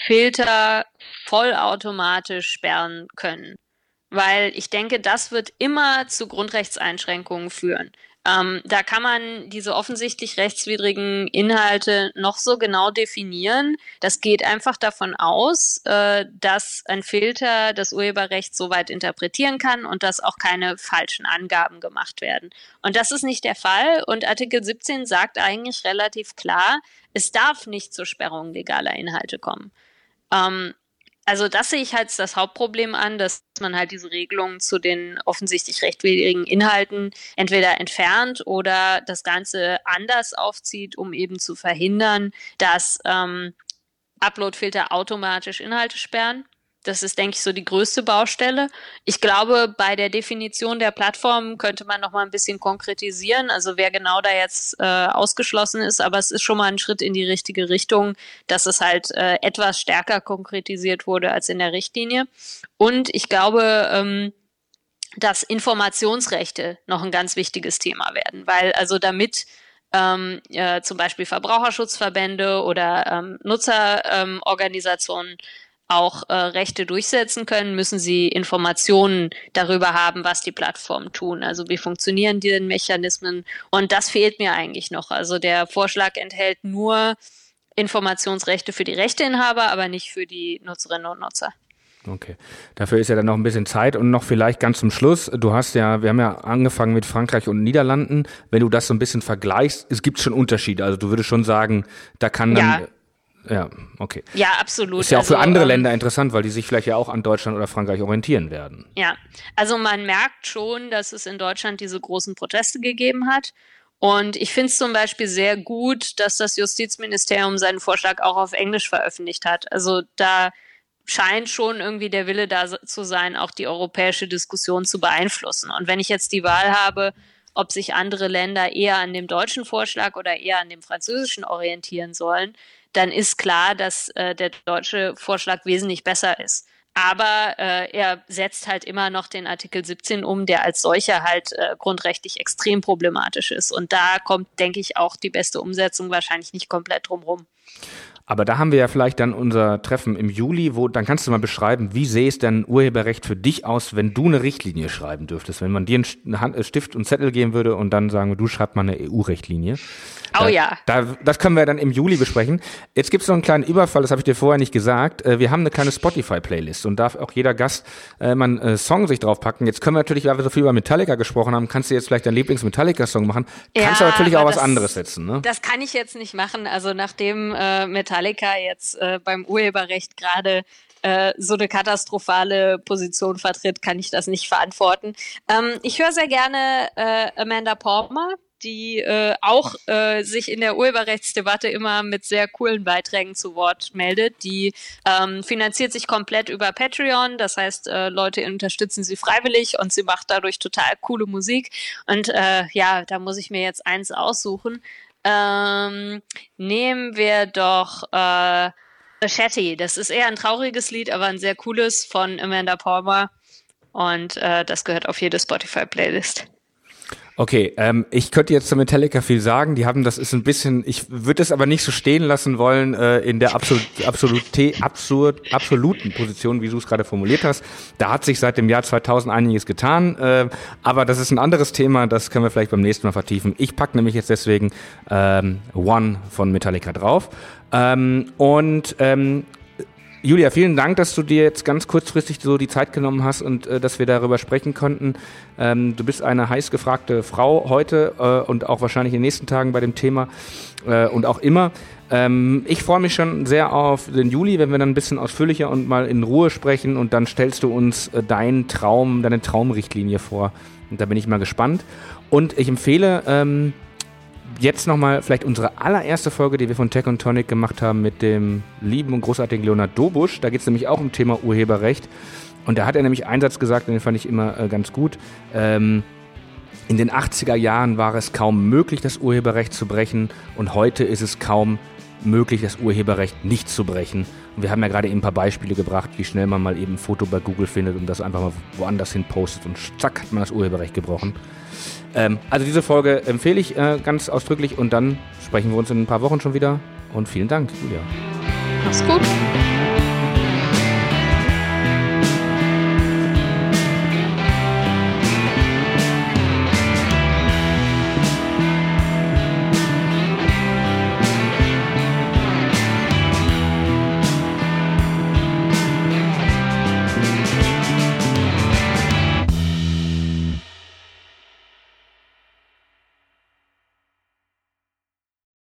Filter vollautomatisch sperren können. Weil ich denke, das wird immer zu Grundrechtseinschränkungen führen. Ähm, da kann man diese offensichtlich rechtswidrigen Inhalte noch so genau definieren. Das geht einfach davon aus, äh, dass ein Filter das Urheberrecht so weit interpretieren kann und dass auch keine falschen Angaben gemacht werden. Und das ist nicht der Fall. Und Artikel siebzehn sagt eigentlich relativ klar, es darf nicht zur Sperrung legaler Inhalte kommen. Ähm, Also das sehe ich halt als das Hauptproblem an, dass man halt diese Regelungen zu den offensichtlich rechtswidrigen Inhalten entweder entfernt oder das Ganze anders aufzieht, um eben zu verhindern, dass ähm, Uploadfilter automatisch Inhalte sperren. Das ist, denke ich, so die größte Baustelle. Ich glaube, bei der Definition der Plattform könnte man noch mal ein bisschen konkretisieren, also wer genau da jetzt äh, ausgeschlossen ist, aber es ist schon mal ein Schritt in die richtige Richtung, dass es halt äh, etwas stärker konkretisiert wurde als in der Richtlinie. Und ich glaube, ähm, dass Informationsrechte noch ein ganz wichtiges Thema werden, weil also damit ähm, äh, zum Beispiel Verbraucherschutzverbände oder ähm, Nutzerorganisationen ähm, auch äh, Rechte durchsetzen können, müssen sie Informationen darüber haben, was die Plattformen tun. Also wie funktionieren die Mechanismen? Und das fehlt mir eigentlich noch. Also der Vorschlag enthält nur Informationsrechte für die Rechteinhaber, aber nicht für die Nutzerinnen und Nutzer. Okay. Dafür ist ja dann noch ein bisschen Zeit und noch vielleicht ganz zum Schluss. Du hast ja, wir haben ja angefangen mit Frankreich und Niederlanden. Wenn du das so ein bisschen vergleichst, es gibt schon Unterschiede. Also du würdest schon sagen, da kann dann, ja, ja okay. Ja, absolut. Ist ja auch also, für andere ähm, Länder interessant, weil die sich vielleicht ja auch an Deutschland oder Frankreich orientieren werden. Ja, also man merkt schon, dass es in Deutschland diese großen Proteste gegeben hat. Und ich finde es zum Beispiel sehr gut, dass das Justizministerium seinen Vorschlag auch auf Englisch veröffentlicht hat. Also da scheint schon irgendwie der Wille da zu sein, auch die europäische Diskussion zu beeinflussen. Und wenn ich jetzt die Wahl habe, ob sich andere Länder eher an dem deutschen Vorschlag oder eher an dem französischen orientieren sollen, dann ist klar, dass äh, der deutsche Vorschlag wesentlich besser ist. Aber äh, er setzt halt immer noch den Artikel siebzehn um, der als solcher halt äh, grundrechtlich extrem problematisch ist. Und da kommt, denke ich, auch die beste Umsetzung wahrscheinlich nicht komplett drum rum. Aber da haben wir ja vielleicht dann unser Treffen im Juli, wo dann kannst du mal beschreiben, wie sähe es denn Urheberrecht für dich aus, wenn du eine Richtlinie schreiben dürftest, wenn man dir einen Stift und Zettel geben würde und dann sagen, du schreibst mal eine E U-Richtlinie. Oh da, ja. Da, das können wir dann im Juli besprechen. Jetzt gibt es noch einen kleinen Überfall, das habe ich dir vorher nicht gesagt. Wir haben eine kleine Spotify-Playlist und darf auch jeder Gast äh, mal einen Song sich draufpacken. Jetzt können wir natürlich, weil wir so viel über Metallica gesprochen haben, kannst du jetzt vielleicht deinen Lieblings-Metallica-Song machen. Kannst ja, aber natürlich auch was das, anderes setzen. Ne? Das kann ich jetzt nicht machen. Also nachdem äh, Metallica jetzt äh, beim Urheberrecht gerade äh, so eine katastrophale Position vertritt, kann ich das nicht verantworten. Ähm, ich höre sehr gerne äh, Amanda Palmer, die äh, auch äh, sich in der Urheberrechtsdebatte immer mit sehr coolen Beiträgen zu Wort meldet. Die ähm, finanziert sich komplett über Patreon, das heißt, äh, Leute unterstützen sie freiwillig und sie macht dadurch total coole Musik. Und äh, ja, da muss ich mir jetzt eins aussuchen. Ähm, nehmen wir doch äh, Shetty. Das ist eher ein trauriges Lied, aber ein sehr cooles von Amanda Palmer. Und äh, das gehört auf jede Spotify-Playlist. Okay, ähm, ich könnte jetzt zu Metallica viel sagen. Die haben, das ist ein bisschen, ich würde es aber nicht so stehen lassen wollen äh, in der absolut, absolute, absurd, absoluten Position, wie du es gerade formuliert hast. Da hat sich seit dem Jahr zweitausend einiges getan, äh, aber das ist ein anderes Thema, das können wir vielleicht beim nächsten Mal vertiefen. Ich packe nämlich jetzt deswegen ähm, One von Metallica drauf. Ähm, und ähm, Julia, vielen Dank, dass du dir jetzt ganz kurzfristig so die Zeit genommen hast und äh, dass wir darüber sprechen konnten. Ähm, du bist eine heiß gefragte Frau heute äh, und auch wahrscheinlich in den nächsten Tagen bei dem Thema äh, und auch immer. Ähm, ich freue mich schon sehr auf den Juli, wenn wir dann ein bisschen ausführlicher und mal in Ruhe sprechen und dann stellst du uns äh, deinen Traum, deine Traumrichtlinie vor. Und da bin ich mal gespannt. Und ich empfehle ähm, jetzt nochmal vielleicht unsere allererste Folge, die wir von Tech und Tonic gemacht haben mit dem lieben und großartigen Leonard Dobusch. Da geht es nämlich auch um Thema Urheberrecht. Und da hat er nämlich einen Satz gesagt, den fand ich immer äh, ganz gut. Ähm, in den achtziger Jahren war es kaum möglich, das Urheberrecht zu brechen. Und heute ist es kaum möglich, das Urheberrecht nicht zu brechen. Und wir haben ja gerade eben ein paar Beispiele gebracht, wie schnell man mal eben ein Foto bei Google findet und das einfach mal woanders hin postet. Und zack, hat man das Urheberrecht gebrochen. Ähm, also diese Folge empfehle ich äh, ganz ausdrücklich und dann sprechen wir uns in ein paar Wochen schon wieder und vielen Dank, Julia. Mach's gut.